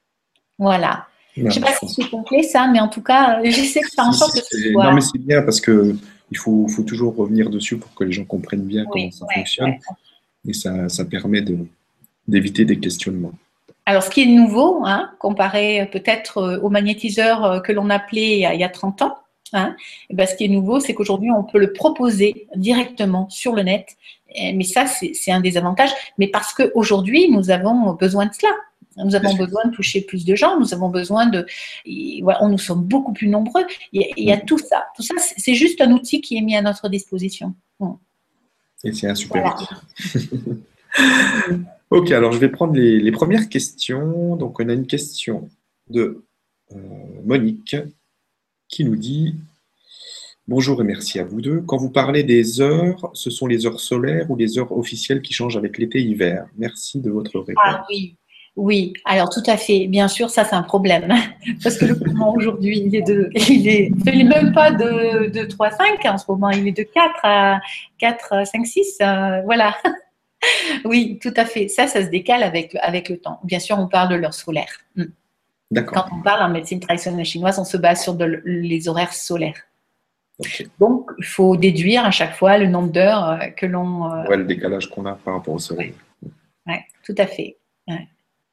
Voilà. Non, je ne sais pas si c'est complet ça, mais en tout cas, j'essaie de faire en sorte que ce soit… Non, mais c'est bien parce qu'il faut, faut toujours revenir dessus pour que les gens comprennent bien oui, comment ça ouais, fonctionne. Ouais. Et ça, ça permet d'éviter de, des questionnements. Alors, ce qui est nouveau, hein, comparé peut-être au magnétiseur que l'on appelait il y a trente ans, hein, et ben, ce qui est nouveau, c'est qu'aujourd'hui, on peut le proposer directement sur le net. Mais ça, c'est un des avantages. Mais parce qu'aujourd'hui, nous avons besoin de cela. Nous avons besoin de toucher plus de gens, nous avons besoin de… Voilà, nous sommes beaucoup plus nombreux. Il y a, il y a tout ça. Tout ça, c'est juste un outil qui est mis à notre disposition. Et c'est un super outil. Voilà. Ok, alors je vais prendre les, les premières questions. Donc, on a une question de euh, Monique qui nous dit « Bonjour et merci à vous deux. Quand vous parlez des heures, ce sont les heures solaires ou les heures officielles qui changent avec l'été-hiver? Merci de votre réponse. » Ah oui. Oui, alors tout à fait. Bien sûr, ça c'est un problème. Parce que le poumon aujourd'hui, il est de, il est, il est même pas de, de trois à cinq en ce moment, il est de quatre à quatre, cinq, six. Euh, voilà. Oui, tout à fait. Ça, ça se décale avec, avec le temps. Bien sûr, on parle de l'heure solaire. Hmm. D'accord. Quand on parle en médecine traditionnelle chinoise, on se base sur de, les horaires solaires. Ok. Donc, il faut déduire à chaque fois le nombre d'heures que l'on. Euh... Ouais, le décalage qu'on a par rapport au soleil. Ouais, ouais, tout à fait. Ouais.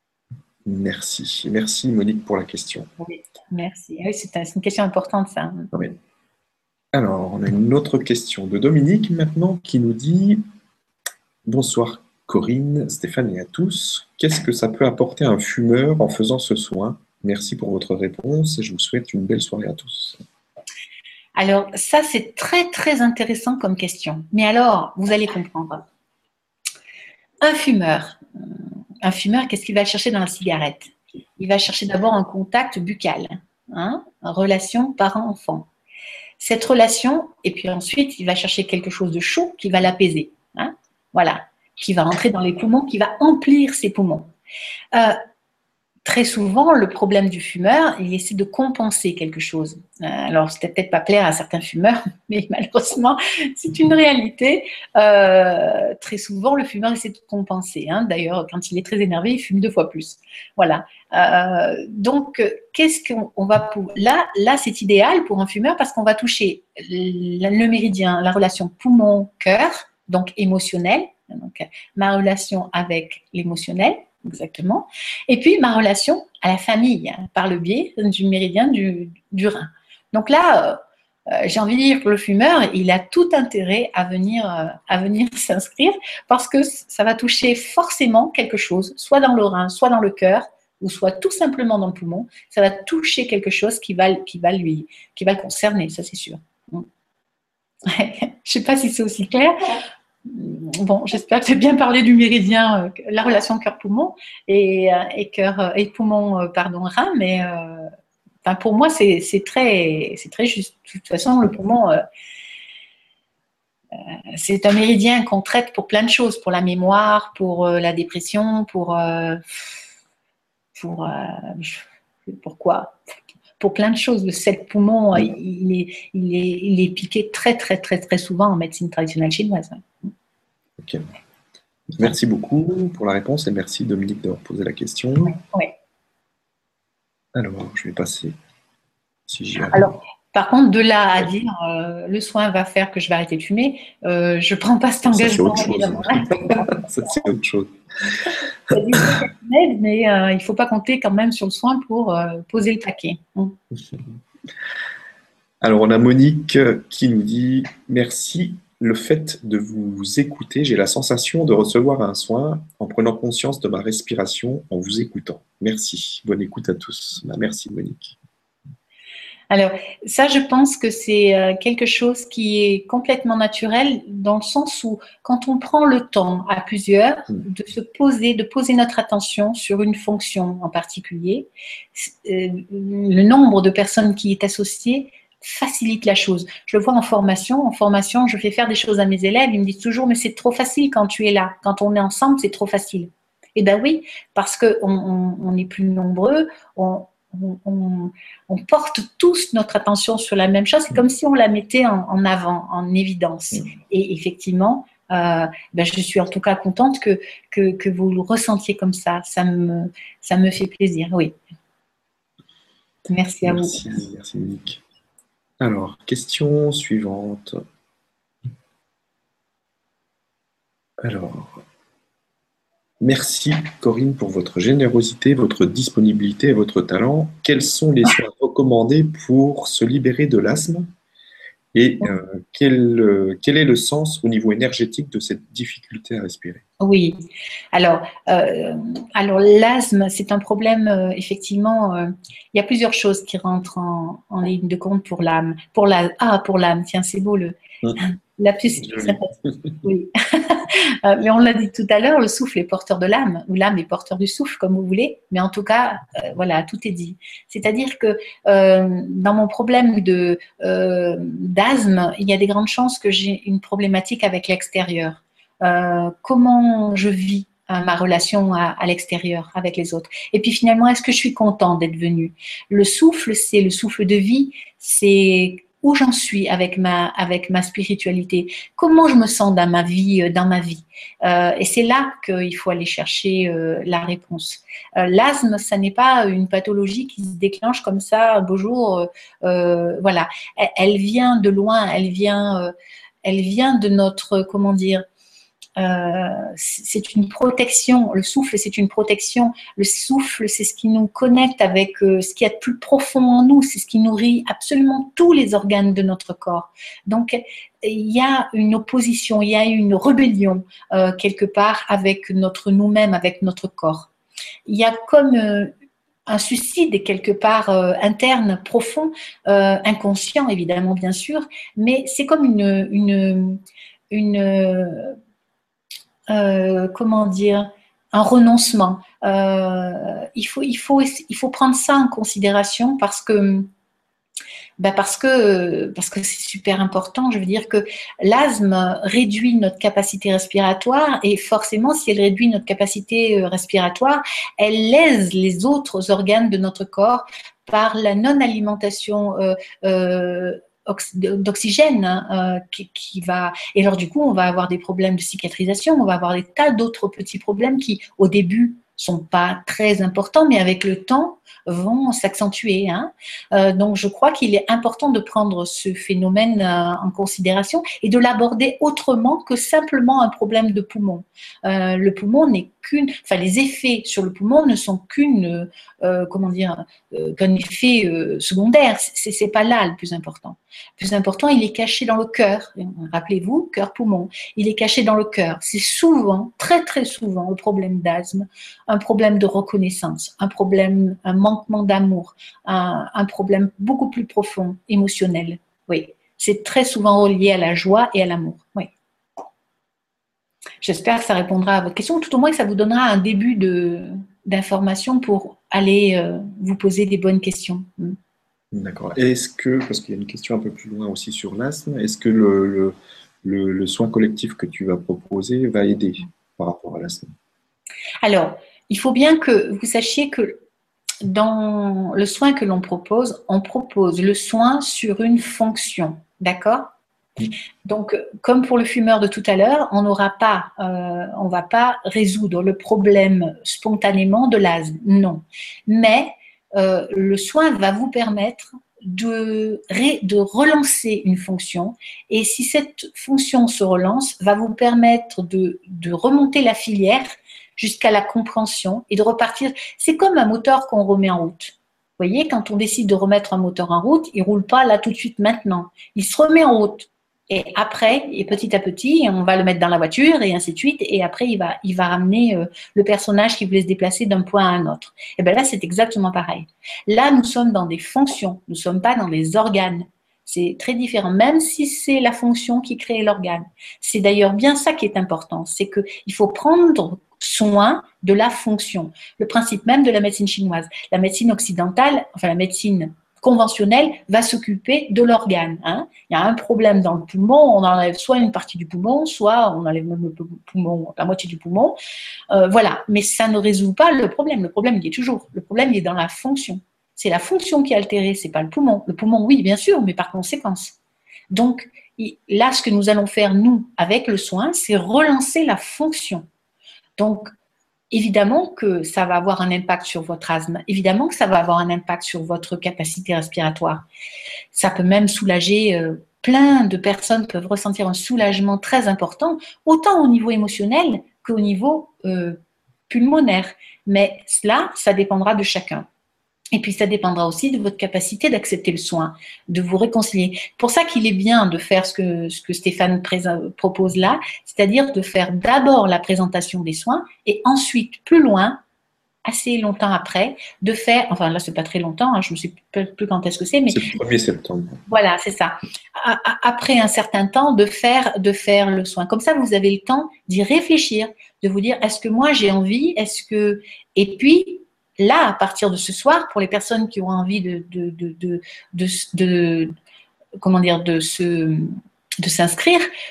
Merci. Merci Monique pour la question. Oui, merci. Oui, c'est un, une question importante, ça. Oui. Alors, on a une autre question de Dominique maintenant qui nous dit « Bonsoir Corinne, Stéphane et à tous. Qu'est-ce que ça peut apporter un fumeur en faisant ce soin? Merci pour votre réponse et je vous souhaite une belle soirée à tous. » Alors, ça, c'est très, très intéressant comme question. Mais alors, vous allez comprendre. Un fumeur, un fumeur, qu'est-ce qu'il va chercher dans la cigarette? Il va chercher d'abord un contact buccal, hein, une relation parent-enfant. Cette relation, et puis ensuite, il va chercher quelque chose de chaud qui va l'apaiser. Hein, voilà, qui va rentrer dans les poumons, qui va emplir ses poumons. Euh, Très souvent, le problème du fumeur, il essaie de compenser quelque chose. Alors, c'était peut-être pas clair à certains fumeurs, mais malheureusement, c'est une réalité. Euh, très souvent, le fumeur essaie de compenser. Hein. D'ailleurs, quand il est très énervé, il fume deux fois plus. Voilà. Euh, donc, qu'est-ce qu'on va pour là Là, c'est idéal pour un fumeur parce qu'on va toucher le, le méridien, la relation poumon-cœur, donc émotionnelle. Donc, ma relation avec l'émotionnel. Exactement. Et puis, ma relation à la famille, hein, par le biais du méridien du, du rein. Donc là, euh, j'ai envie de dire que le fumeur, il a tout intérêt à venir, euh, à venir s'inscrire parce que ça va toucher forcément quelque chose, soit dans le rein, soit dans le cœur, ou soit tout simplement dans le poumon. Ça va toucher quelque chose qui va, qui va, lui, qui va le concerner, ça c'est sûr. Je ne sais pas si c'est aussi clair. Bon, j'espère que j'ai bien parlé du méridien, euh, la relation cœur-poumon et, euh, et, cœur, et poumon, euh, pardon, rein, mais euh, enfin, pour moi, c'est très, très juste. De toute façon, le poumon, euh, euh, c'est un méridien qu'on traite pour plein de choses, pour la mémoire, pour euh, la dépression, pour. Euh, pour euh, pourquoi Pour plein de choses. Le sel poumon, il, il, est, il, est, il est piqué très, très, très, très souvent en médecine traditionnelle chinoise. Ok. Merci beaucoup pour la réponse et merci Dominique d'avoir posé la question. Oui, oui. Alors, je vais passer. Si j'y arrive. Alors, par contre, de là à dire euh, le soin va faire que je vais arrêter de fumer, euh, je ne prends pas cet engagement. Ça, c'est autre chose. Ça, c'est autre chose. Il y a des choses qui m'aident, mais euh, il ne faut pas compter quand même sur le soin pour euh, poser le paquet. Hum. Alors, on a Monique qui nous dit « Merci. Le fait de vous écouter, j'ai la sensation de recevoir un soin en prenant conscience de ma respiration en vous écoutant. Merci. Bonne écoute à tous. » Merci Monique. Alors, ça, je pense que c'est quelque chose qui est complètement naturel dans le sens où quand on prend le temps à plusieurs de se poser, de poser notre attention sur une fonction en particulier, le nombre de personnes qui est associé facilite la chose. Je le vois en formation. En formation, je fais faire des choses à mes élèves. Ils me disent toujours, mais c'est trop facile quand tu es là. Quand on est ensemble, c'est trop facile. Eh bien oui, parce qu'on on, on est plus nombreux, on, on, on, on porte tous notre attention sur la même chose. C'est comme si on la mettait en, en avant, en évidence. Et effectivement, euh, ben je suis en tout cas contente que, que, que vous le ressentiez comme ça. Ça me, ça me fait plaisir, oui. Merci à merci, vous. Merci Monique. Alors, question suivante. Alors, merci Corinne pour votre générosité, votre disponibilité et votre talent. Quels sont les soins recommandés pour se libérer de l'asthme? Et euh, quel, euh, quel est le sens au niveau énergétique de cette difficulté à respirer? Oui, alors, euh, alors l'asthme, c'est un problème, euh, effectivement, euh, il y a plusieurs choses qui rentrent en, en ligne de compte pour l'âme. Pour la, ah, pour l'âme, tiens, c'est beau le. Mmh. La plus sympathique. Oui. Mais on l'a dit tout à l'heure, le souffle est porteur de l'âme, ou l'âme est porteur du souffle, comme vous voulez. Mais en tout cas, euh, voilà, tout est dit. C'est-à-dire que euh, dans mon problème de, euh, d'asthme, il y a des grandes chances que j'ai une problématique avec l'extérieur. Euh, comment je vis à ma relation à, à l'extérieur avec les autres. Et puis finalement, est-ce que je suis contente d'être venue? Le souffle, c'est le souffle de vie, c'est où j'en suis avec ma, avec ma spiritualité, comment je me sens dans ma vie, dans ma vie. Euh, et c'est là qu'il faut aller chercher euh, la réponse. Euh, l'asthme, ça n'est pas une pathologie qui se déclenche comme ça un beau jour. Euh, voilà, elle, elle vient de loin, elle vient, euh, elle vient de notre, comment dire, Euh, c'est une protection. Le souffle, c'est une protection. Le souffle, c'est ce qui nous connecte avec euh, ce qu'il y a de plus profond en nous. C'est ce qui nourrit absolument tous les organes de notre corps. Donc, il y a une opposition, il y a une rébellion euh, quelque part avec notre nous-mêmes, avec notre corps. Il y a comme euh, un suicide quelque part euh, interne, profond, euh, inconscient évidemment, bien sûr, mais c'est comme une, une, une Euh, comment dire, un renoncement. Euh, il, faut, il, faut, il faut prendre ça en considération parce que ben parce que parce que c'est super important. Je veux dire que l'asthme réduit notre capacité respiratoire et forcément, si elle réduit notre capacité respiratoire, elle lèse les autres organes de notre corps par la non-alimentation euh, euh, d'oxygène hein, euh, qui, qui va et alors du coup on va avoir des problèmes de cicatrisation, on va avoir des tas d'autres petits problèmes qui au début sont pas très importants mais avec le temps vont s'accentuer hein. euh, donc je crois qu'il est important de prendre ce phénomène euh, en considération et de l'aborder autrement que simplement un problème de poumon. Euh, le poumon n'est qu'une, enfin les effets sur le poumon ne sont qu'une euh, comment dire euh, qu'un effet euh, secondaire, c'est, c'est pas là le plus important. Le plus important, il est caché dans le cœur. Rappelez-vous, cœur-poumon. Il est caché dans le cœur. C'est souvent, très très souvent, le problème d'asthme, un problème de reconnaissance, un problème, un manquement d'amour, un, un problème beaucoup plus profond, émotionnel. Oui, c'est très souvent relié à la joie et à l'amour. Oui. J'espère que ça répondra à votre question, ou tout au moins que ça vous donnera un début de, d'information pour aller euh, vous poser des bonnes questions. D'accord. Est-ce que, parce qu'il y a une question un peu plus loin aussi sur l'asthme, est-ce que le, le, le, le soin collectif que tu vas proposer va aider par rapport à l'asthme? Alors, il faut bien que vous sachiez que dans le soin que l'on propose, on propose le soin sur une fonction, d'accord ? Donc, comme pour le fumeur de tout à l'heure, on n'aura pas, euh, on va pas résoudre le problème spontanément de l'asthme, non. Mais euh, le soin va vous permettre de, ré, de relancer une fonction et si cette fonction se relance, va vous permettre de, de remonter la filière jusqu'à la compréhension et de repartir. C'est comme un moteur qu'on remet en route. Vous voyez, quand on décide de remettre un moteur en route, il ne roule pas là tout de suite maintenant. Il se remet en route. Et après, et petit à petit, on va le mettre dans la voiture et ainsi de suite. Et après, il va, il va ramener euh, le personnage qui voulait se déplacer d'un point à un autre. Et bien là, c'est exactement pareil. Là, nous sommes dans des fonctions. Nous ne sommes pas dans des organes. C'est très différent, même si c'est la fonction qui crée l'organe. C'est d'ailleurs bien ça qui est important. C'est qu'il faut prendre soin de la fonction. Le principe même de la médecine chinoise. La médecine occidentale, enfin la médecine conventionnelle va s'occuper de l'organe. Hein. Il y a un problème dans le poumon, on enlève soit une partie du poumon, soit on enlève même le poumon, la moitié du poumon. Euh, voilà, mais ça ne résout pas le problème. Le problème, il est toujours. Le problème, il est dans la fonction. C'est la fonction qui est altérée, c'est pas le poumon. Le poumon, oui, bien sûr, mais par conséquence. Donc, là, ce que nous allons faire, nous, avec le soin, c'est relancer la fonction. Donc, évidemment que ça va avoir un impact sur votre asthme, évidemment que ça va avoir un impact sur votre capacité respiratoire. Ça peut même soulager, euh, plein de personnes peuvent ressentir un soulagement très important, autant au niveau émotionnel qu'au niveau euh, pulmonaire. Mais cela, ça dépendra de chacun. Et puis, ça dépendra aussi de votre capacité d'accepter le soin, de vous réconcilier. C'est pour ça qu'il est bien de faire ce que, ce que Stéphane propose là, c'est-à-dire de faire d'abord la présentation des soins et ensuite, plus loin, assez longtemps après, de faire, enfin là, c'est pas très longtemps, hein, je ne sais plus quand est-ce que c'est, mais… C'est le premier septembre. Voilà, c'est ça. Après un certain temps, de faire, de faire le soin. Comme ça, vous avez le temps d'y réfléchir, de vous dire, est-ce que moi j'ai envie, est-ce que… Et puis… Là, à partir de ce soir, pour les personnes qui ont envie de, de, de, de, de, de comment dire, de se, de s'inscrire,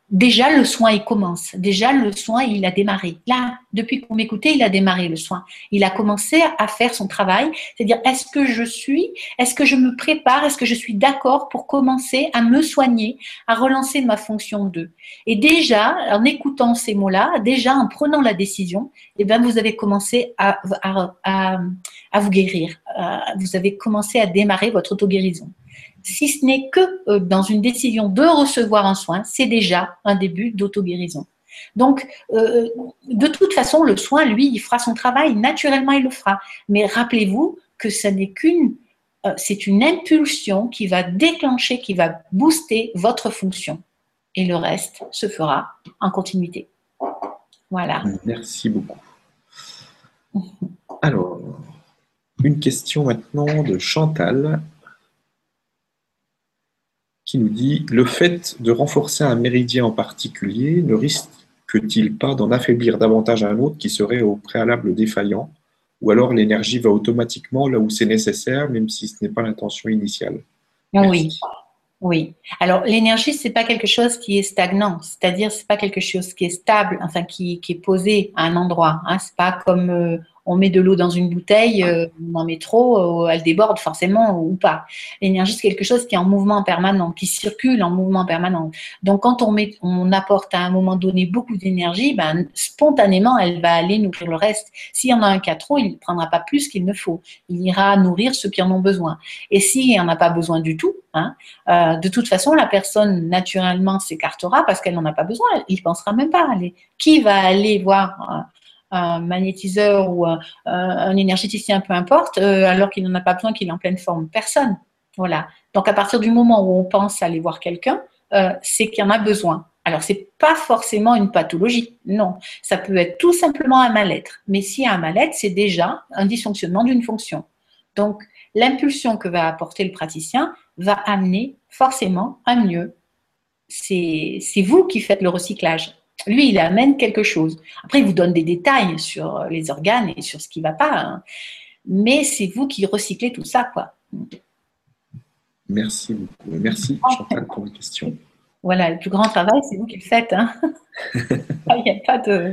déjà le soin il commence. Déjà le soin il a démarré. Là, depuis qu'on m'écoutait, il a démarré le soin. Il a commencé à faire son travail, c'est-à-dire est-ce que je suis, est-ce que je me prépare, est-ce que je suis d'accord pour commencer à me soigner, à relancer ma fonction deux. Et déjà, en écoutant ces mots-là, déjà en prenant la décision, eh ben vous avez commencé à, à, à, à vous guérir. Vous avez commencé à démarrer votre auto-guérison. Si ce n'est que dans une décision de recevoir un soin, c'est déjà un début d'auto-guérison. Donc, euh, de toute façon, le soin, lui, il fera son travail, naturellement, il le fera. Mais rappelez-vous que ce n'est qu'une, euh, c'est une impulsion qui va déclencher, qui va booster votre fonction. Et le reste se fera en continuité. Voilà. Merci beaucoup. Alors, une question maintenant de Chantal qui nous dit « Le fait de renforcer un méridien en particulier ne risque-t-il pas d'en affaiblir davantage un autre qui serait au préalable défaillant, ou alors l'énergie va automatiquement là où c'est nécessaire, même si ce n'est pas l'intention initiale ?» Oui, oui. Alors l'énergie, c'est pas quelque chose qui est stagnant, c'est-à-dire c'est pas quelque chose qui est stable, enfin qui, qui est posé à un endroit. Hein. C'est pas comme euh, on met de l'eau dans une bouteille, euh, on en met trop, euh, elle déborde forcément ou pas. L'énergie, c'est quelque chose qui est en mouvement permanent, qui circule en mouvement permanent. Donc, quand on, met, on apporte à un moment donné beaucoup d'énergie, ben, spontanément, elle va aller nourrir le reste. S'il y en a un qui a trop, il ne prendra pas plus qu'il ne faut. Il ira nourrir ceux qui en ont besoin. Et s'il n'y en a pas besoin du tout, hein, euh, de toute façon, la personne, naturellement, s'écartera parce qu'elle n'en a pas besoin. Il ne pensera même pas à aller. Qui va aller voir euh, un magnétiseur ou un, un énergéticien, peu importe, euh, alors qu'il n'en a pas besoin, qu'il est en pleine forme? Personne. Voilà. Donc, à partir du moment où on pense aller voir quelqu'un, euh, c'est qu'il y en a besoin. Alors, ce n'est pas forcément une pathologie, non. Ça peut être tout simplement un mal-être. Mais s'il y a un mal-être, c'est déjà un dysfonctionnement d'une fonction. Donc, l'impulsion que va apporter le praticien va amener forcément un mieux. C'est vous qui faites le recyclage. Lui, il amène quelque chose. Après, il vous donne des détails sur les organes et sur ce qui ne va pas. Hein. Mais c'est vous qui recyclez tout ça, quoi. Merci beaucoup. Merci, Chantal, pour la question. Voilà, le plus grand travail, c'est vous qui le faites. Hein. Il n'y a pas de...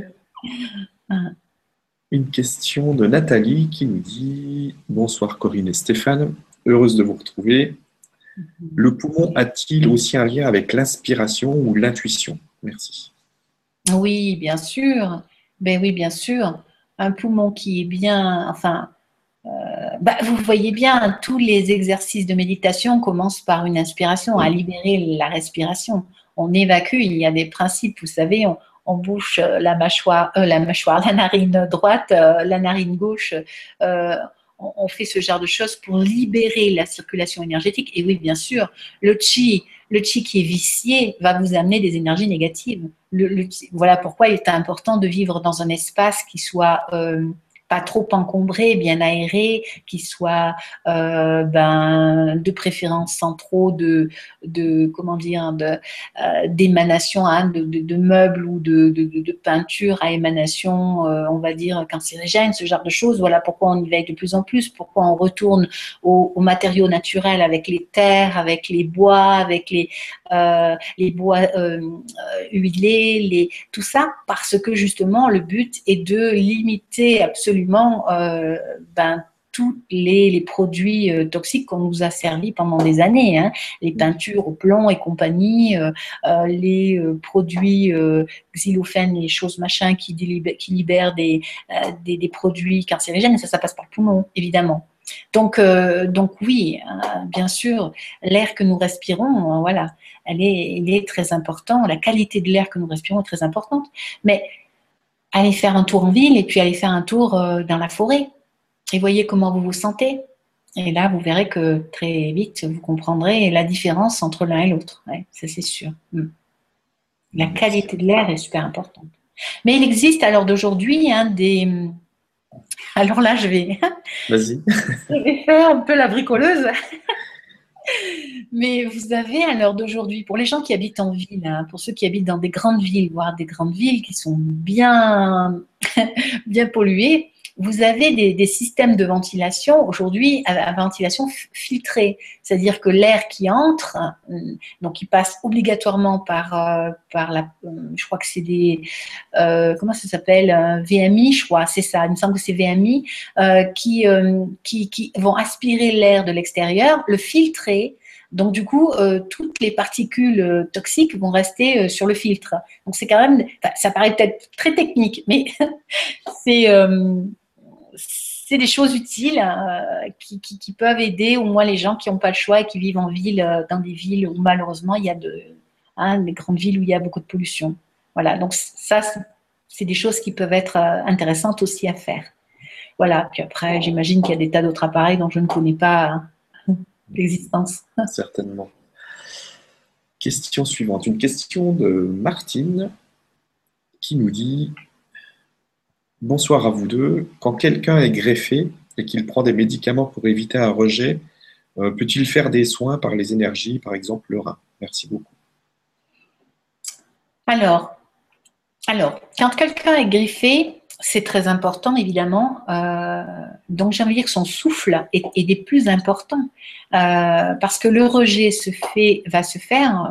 Une question de Nathalie qui nous dit « Bonsoir Corinne et Stéphane, heureuse de vous retrouver. Le poumon a-t-il aussi un lien avec l'inspiration ou l'intuition? Merci. » Oui, bien sûr. Ben oui, bien sûr. Un poumon qui est bien, enfin, euh, bah, vous voyez bien, tous les exercices de méditation commencent par une inspiration, à libérer la respiration. On évacue, il y a des principes, vous savez, on, on bouche la mâchoire, euh, la mâchoire, la narine droite, euh, la narine gauche. Euh, on, on fait ce genre de choses pour libérer la circulation énergétique. Et oui, bien sûr, le chi, le chi qui est vicié va vous amener des énergies négatives. Le, le, voilà pourquoi il est important de vivre dans un espace qui soit euh, pas trop encombré, bien aéré, qui soit euh, ben, de préférence sans trop de, de comment dire, de, euh, d'émanation hein, de, de, de meubles ou de, de, de peinture à émanation, euh, on va dire, cancérigène, ce genre de choses. Voilà pourquoi on y veille de plus en plus, pourquoi on retourne aux, aux matériaux naturels avec les terres, avec les bois, avec les, euh, les bois euh, huilés, les, tout ça, parce que justement, le but est de limiter absolument Euh, ben, tous les, les produits euh, toxiques qu'on nous a servis pendant des années, hein, les peintures au plomb et compagnie, euh, euh, les euh, produits euh, xylophoènes et choses machin qui, délibère, qui libèrent des, euh, des, des produits cancérigènes, et ça, ça passe par le poumon, évidemment. Donc, euh, donc oui, euh, bien sûr, l'air que nous respirons, euh, voilà, elle est, elle est très importante, la qualité de l'air que nous respirons est très importante, mais allez faire un tour en ville et puis allez faire un tour euh, dans la forêt et voyez comment vous vous sentez. Et là, vous verrez que très vite, vous comprendrez la différence entre l'un et l'autre. Ouais, ça, c'est sûr. La qualité de l'air est super importante. Mais il existe à l'heure d'aujourd'hui hein, des... Alors là, je vais... Vas-y. je vais faire un peu la bricoleuse. Mais vous avez à l'heure d'aujourd'hui, pour les gens qui habitent en ville, hein, pour ceux qui habitent dans des grandes villes, voire des grandes villes qui sont bien, bien polluées, vous avez des, des systèmes de ventilation aujourd'hui à, à ventilation filtrée, c'est-à-dire que l'air qui entre, donc il passe obligatoirement par, euh, par la, je crois que c'est des, euh, comment ça s'appelle, V M I, je crois, c'est ça, il me semble que c'est V M I, euh, qui, euh, qui, qui vont aspirer l'air de l'extérieur, le filtrer. Donc, du coup, euh, toutes les particules euh, toxiques vont rester euh, sur le filtre. Donc, c'est quand même, ça paraît peut-être très technique, mais c'est euh, c'est des choses utiles euh, qui, qui, qui peuvent aider au moins les gens qui n'ont pas le choix et qui vivent en ville, euh, dans des villes où malheureusement, il y a de, hein, des grandes villes où il y a beaucoup de pollution. Voilà, donc ça, c'est des choses qui peuvent être euh, intéressantes aussi à faire. Voilà, puis après, j'imagine qu'il y a des tas d'autres appareils dont je ne connais pas hein, l'existence. Certainement. Question suivante. Une question de Martine qui nous dit « Bonsoir à vous deux. Quand quelqu'un est greffé et qu'il prend des médicaments pour éviter un rejet, euh, peut-il faire des soins par les énergies, par exemple le rein? Merci beaucoup. » Alors, alors, quand quelqu'un est greffé, c'est très important, évidemment. Euh, donc, j'ai envie de dire que son souffle est, est des plus importants. Euh, parce que le rejet se fait, va se faire.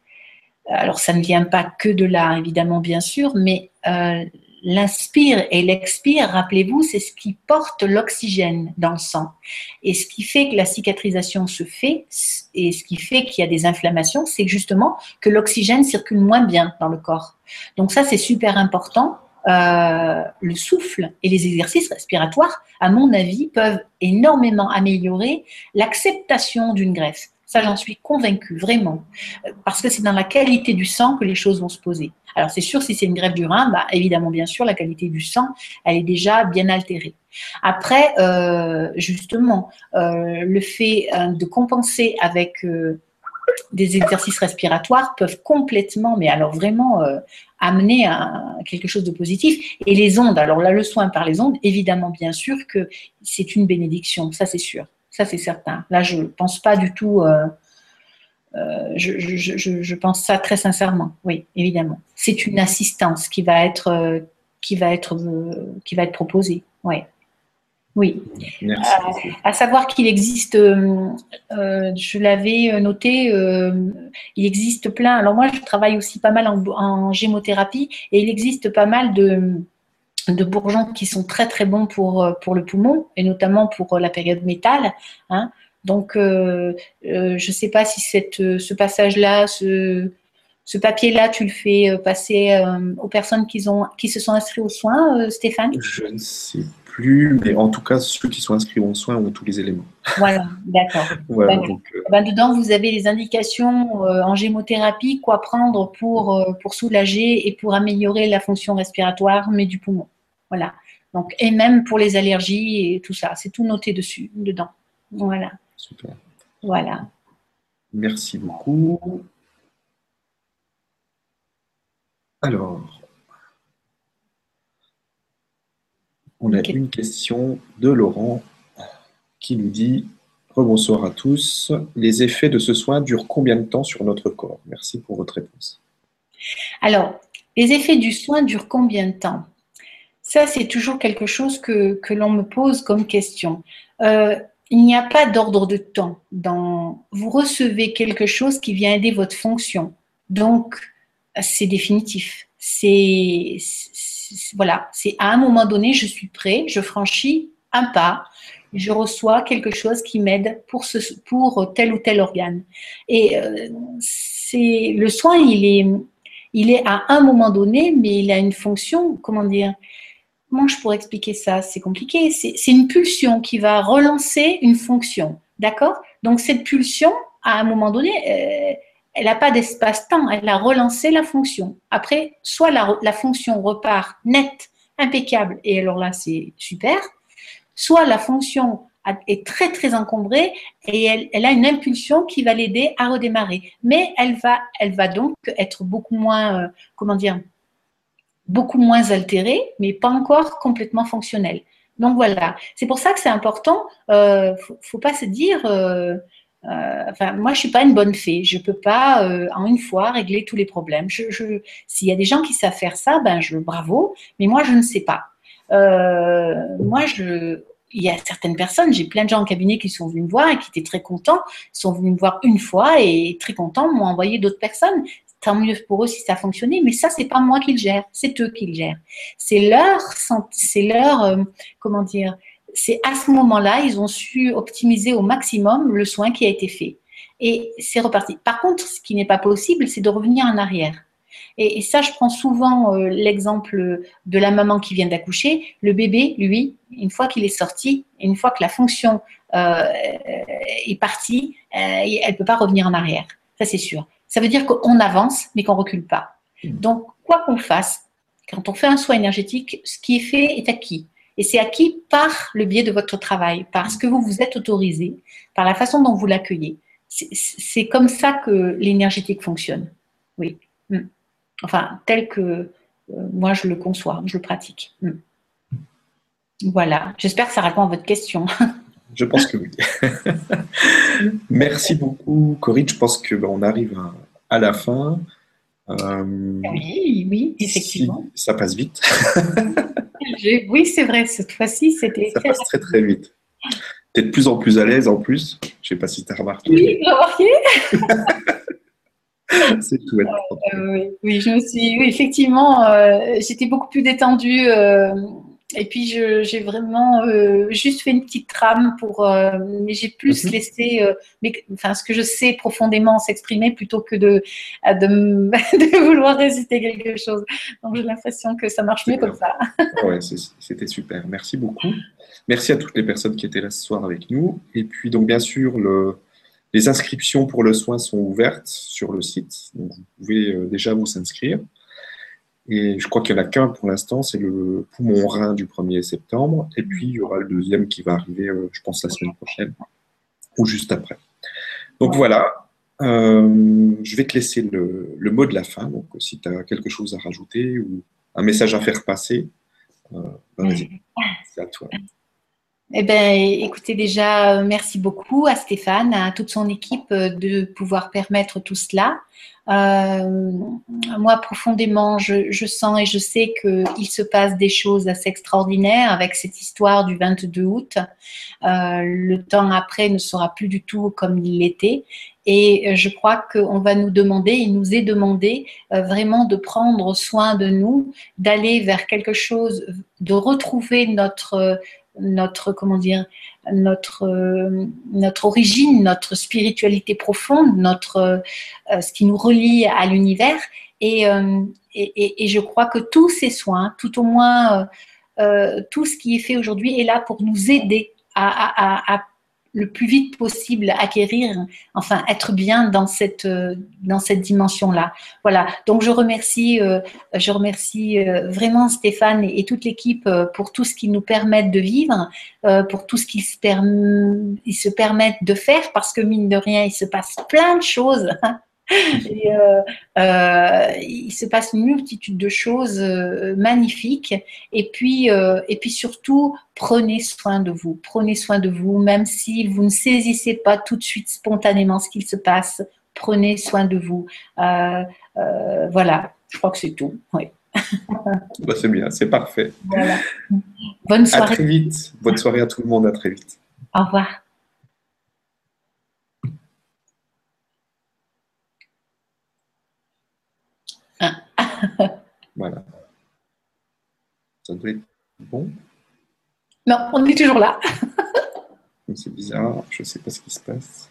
Alors, ça ne vient pas que de là, évidemment, bien sûr, mais euh, l'inspire et l'expire, rappelez-vous, c'est ce qui porte l'oxygène dans le sang. Et ce qui fait que la cicatrisation se fait, et ce qui fait qu'il y a des inflammations, c'est justement que l'oxygène circule moins bien dans le corps. Donc ça, c'est super important. Euh, le souffle et les exercices respiratoires, à mon avis, peuvent énormément améliorer l'acceptation d'une greffe. Ça, j'en suis convaincue, vraiment. Parce que c'est dans la qualité du sang que les choses vont se poser. Alors, c'est sûr, si c'est une greffe du rein, bah, évidemment, bien sûr, la qualité du sang, elle est déjà bien altérée. Après, euh, justement, euh, le fait euh, de compenser avec euh, des exercices respiratoires peuvent complètement, mais alors vraiment, euh, amener à quelque chose de positif. Et les ondes, alors là, le soin par les ondes, évidemment, bien sûr que c'est une bénédiction, ça c'est sûr. Ça, c'est certain. Là, je ne pense pas du tout. Euh, euh, je, je, je, je pense ça très sincèrement. Oui, évidemment. C'est une assistance qui va être, euh, qui va être, euh, qui va être proposée. Ouais. Oui. Merci. Euh, à savoir qu'il existe, euh, euh, je l'avais noté, euh, il existe plein. Alors moi, je travaille aussi pas mal en, en gémothérapie et il existe pas mal de de bourgeons qui sont très très bons pour, pour le poumon et notamment pour la période métal. Hein. Donc, euh, euh, je ne sais pas si cette, ce passage-là, ce, ce papier-là, tu le fais passer euh, aux personnes qui, ont, qui se sont inscrites aux soins, euh, Stéphane? Je ne sais plus, mais en tout cas, ceux qui sont inscrits aux soins ont tous les éléments. Voilà, d'accord. Voilà, ben, donc, euh... ben, dedans, vous avez les indications euh, en gémothérapie, quoi prendre pour, euh, pour soulager et pour améliorer la fonction respiratoire, mais du poumon. Voilà. Donc, et même pour les allergies et tout ça, c'est tout noté dessus, dedans. Voilà. Super. Voilà. Merci beaucoup. Alors, on a okay. une question de Laurent qui nous dit « Rebonsoir à tous. Les effets de ce soin durent combien de temps sur notre corps? Merci pour votre réponse. » Alors, les effets du soin durent combien de temps? Ça, c'est toujours quelque chose que, que l'on me pose comme question. Euh, il n'y a pas d'ordre de temps. Dans, vous recevez quelque chose qui vient aider votre fonction. Donc, c'est définitif. C'est, voilà, c'est à un moment donné, je suis prêt, je franchis un pas, je reçois quelque chose qui m'aide pour, ce, pour tel ou tel organe. Et euh, c'est, le soin, il est, il est à un moment donné, mais il a une fonction, comment dire, comment je pourrais expliquer ça? C'est compliqué. C'est une pulsion qui va relancer une fonction. D'accord? Donc, cette pulsion, à un moment donné, euh, elle n'a pas d'espace-temps. Elle a relancé la fonction. Après, soit la, la fonction repart nette, impeccable, et alors là, c'est super. Soit la fonction est très, très encombrée et elle, elle a une impulsion qui va l'aider à redémarrer. Mais elle va, elle va donc être beaucoup moins, euh, comment dire, beaucoup moins altérée, mais pas encore complètement fonctionnelle. Donc voilà, c'est pour ça que c'est important. Il euh, ne faut, faut pas se dire, euh, euh, enfin moi je suis pas une bonne fée, je peux pas euh, en une fois régler tous les problèmes. Je, je, s'il y a des gens qui savent faire ça, ben je bravo, mais moi je ne sais pas. euh, moi, je, il y a certaines personnes, j'ai plein de gens en cabinet qui sont venus me voir et qui étaient très contents, ils sont venus me voir une fois et très contents, m'ont envoyé d'autres personnes. Tant mieux pour eux si ça a fonctionné, mais ça, c'est pas moi qui le gère, c'est eux qui le gèrent. C'est leur, c'est leur, euh, comment dire, c'est à ce moment-là, ils ont su optimiser au maximum le soin qui a été fait. Et c'est reparti. Par contre, ce qui n'est pas possible, c'est de revenir en arrière. Et, et ça, je prends souvent euh, l'exemple de la maman qui vient d'accoucher. Le bébé, lui, une fois qu'il est sorti, une fois que la fonction euh, est partie, euh, elle ne peut pas revenir en arrière. Ça, c'est sûr. Ça veut dire qu'on avance, mais qu'on ne recule pas. Donc, quoi qu'on fasse, quand on fait un soin énergétique, ce qui est fait est acquis. Et c'est acquis par le biais de votre travail, par ce que vous vous êtes autorisé, par la façon dont vous l'accueillez. C'est comme ça que l'énergétique fonctionne. Oui. Enfin, tel que euh, moi je le conçois, je le pratique. Voilà. J'espère que ça répond à votre question. Je pense que oui. Merci beaucoup, Corinne. Je pense qu'on arrive à, à la fin. Euh, oui, oui, effectivement. Si, ça passe vite. Oui, c'est vrai. Cette fois-ci, c'était. Ça passe très, très vite. Tu es de plus en plus à l'aise en plus. Je ne sais pas si tu as remarqué. Oui, remarqué. C'est tout. Euh, oui, oui, je me suis. Oui, effectivement, euh, j'étais beaucoup plus détendue. Euh, et puis, j'ai vraiment euh, juste fait une petite trame pour. Euh, mais j'ai plus mm-hmm. laissé. Euh, mais, enfin, ce que je sais profondément s'exprimer plutôt que de, de, de vouloir réciter quelque chose. Donc, j'ai l'impression que ça marche mieux comme ça. Ouais, c'était super. Merci beaucoup. Merci à toutes les personnes qui étaient là ce soir avec nous. Et puis, donc, bien sûr, le. Les inscriptions pour le soin sont ouvertes sur le site, donc vous pouvez déjà vous inscrire. Et je crois qu'il n'y en a qu'un pour l'instant, c'est le poumon-rein du premier septembre. Et puis, il y aura le deuxième qui va arriver, je pense, la semaine prochaine ou juste après. Donc voilà, euh, je vais te laisser le, le mot de la fin. Donc, si tu as quelque chose à rajouter ou un message à faire passer, euh, ben, vas-y, c'est à toi. Eh bien, écoutez, déjà, merci beaucoup à Stéphane, à toute son équipe de pouvoir permettre tout cela. Euh, moi, profondément, je, je sens et je sais qu'il se passe des choses assez extraordinaires avec cette histoire du vingt-deux août. Euh, le temps après ne sera plus du tout comme il l'était. Et je crois qu'on va nous demander, il nous est demandé euh, vraiment de prendre soin de nous, d'aller vers quelque chose, de retrouver notre... notre comment dire notre euh, notre origine, notre spiritualité profonde, notre euh, ce qui nous relie à l'univers et, euh, et et je crois que tous ces soins, tout au moins euh, euh, tout ce qui est fait aujourd'hui est là pour nous aider à, à, à le plus vite possible acquérir, enfin être bien dans cette euh, dans cette dimension-là. Voilà. Donc je remercie, euh, je remercie euh, vraiment Stéphane et, et toute l'équipe euh, pour tout ce qu'ils nous permettent de vivre, euh, pour tout ce qu'ils se, perm ils se permettent de faire, parce que mine de rien, il se passe plein de choses. Et, euh, euh, il se passe une multitude de choses euh, magnifiques et puis, euh, et puis surtout prenez soin de vous, prenez soin de vous même si vous ne saisissez pas tout de suite spontanément ce qu'il se passe, prenez soin de vous. Euh, euh, voilà, je crois que c'est tout. Oui. Bah, c'est bien, c'est parfait. Voilà. Bonne soirée. À très vite. Bonne soirée à tout le monde, à très vite. Au revoir. Voilà. Ça doit être bon. Non, on est toujours là. C'est bizarre, je ne sais pas ce qui se passe.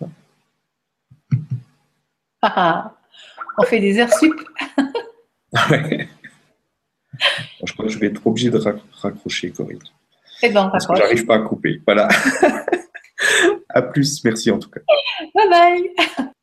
Ah, on fait des heures sup. Ouais. Je crois que je vais être obligé de raccrocher, Corinne. Eh ben, parce que j'arrive pas à couper. Voilà. À plus, merci en tout cas. Bye bye.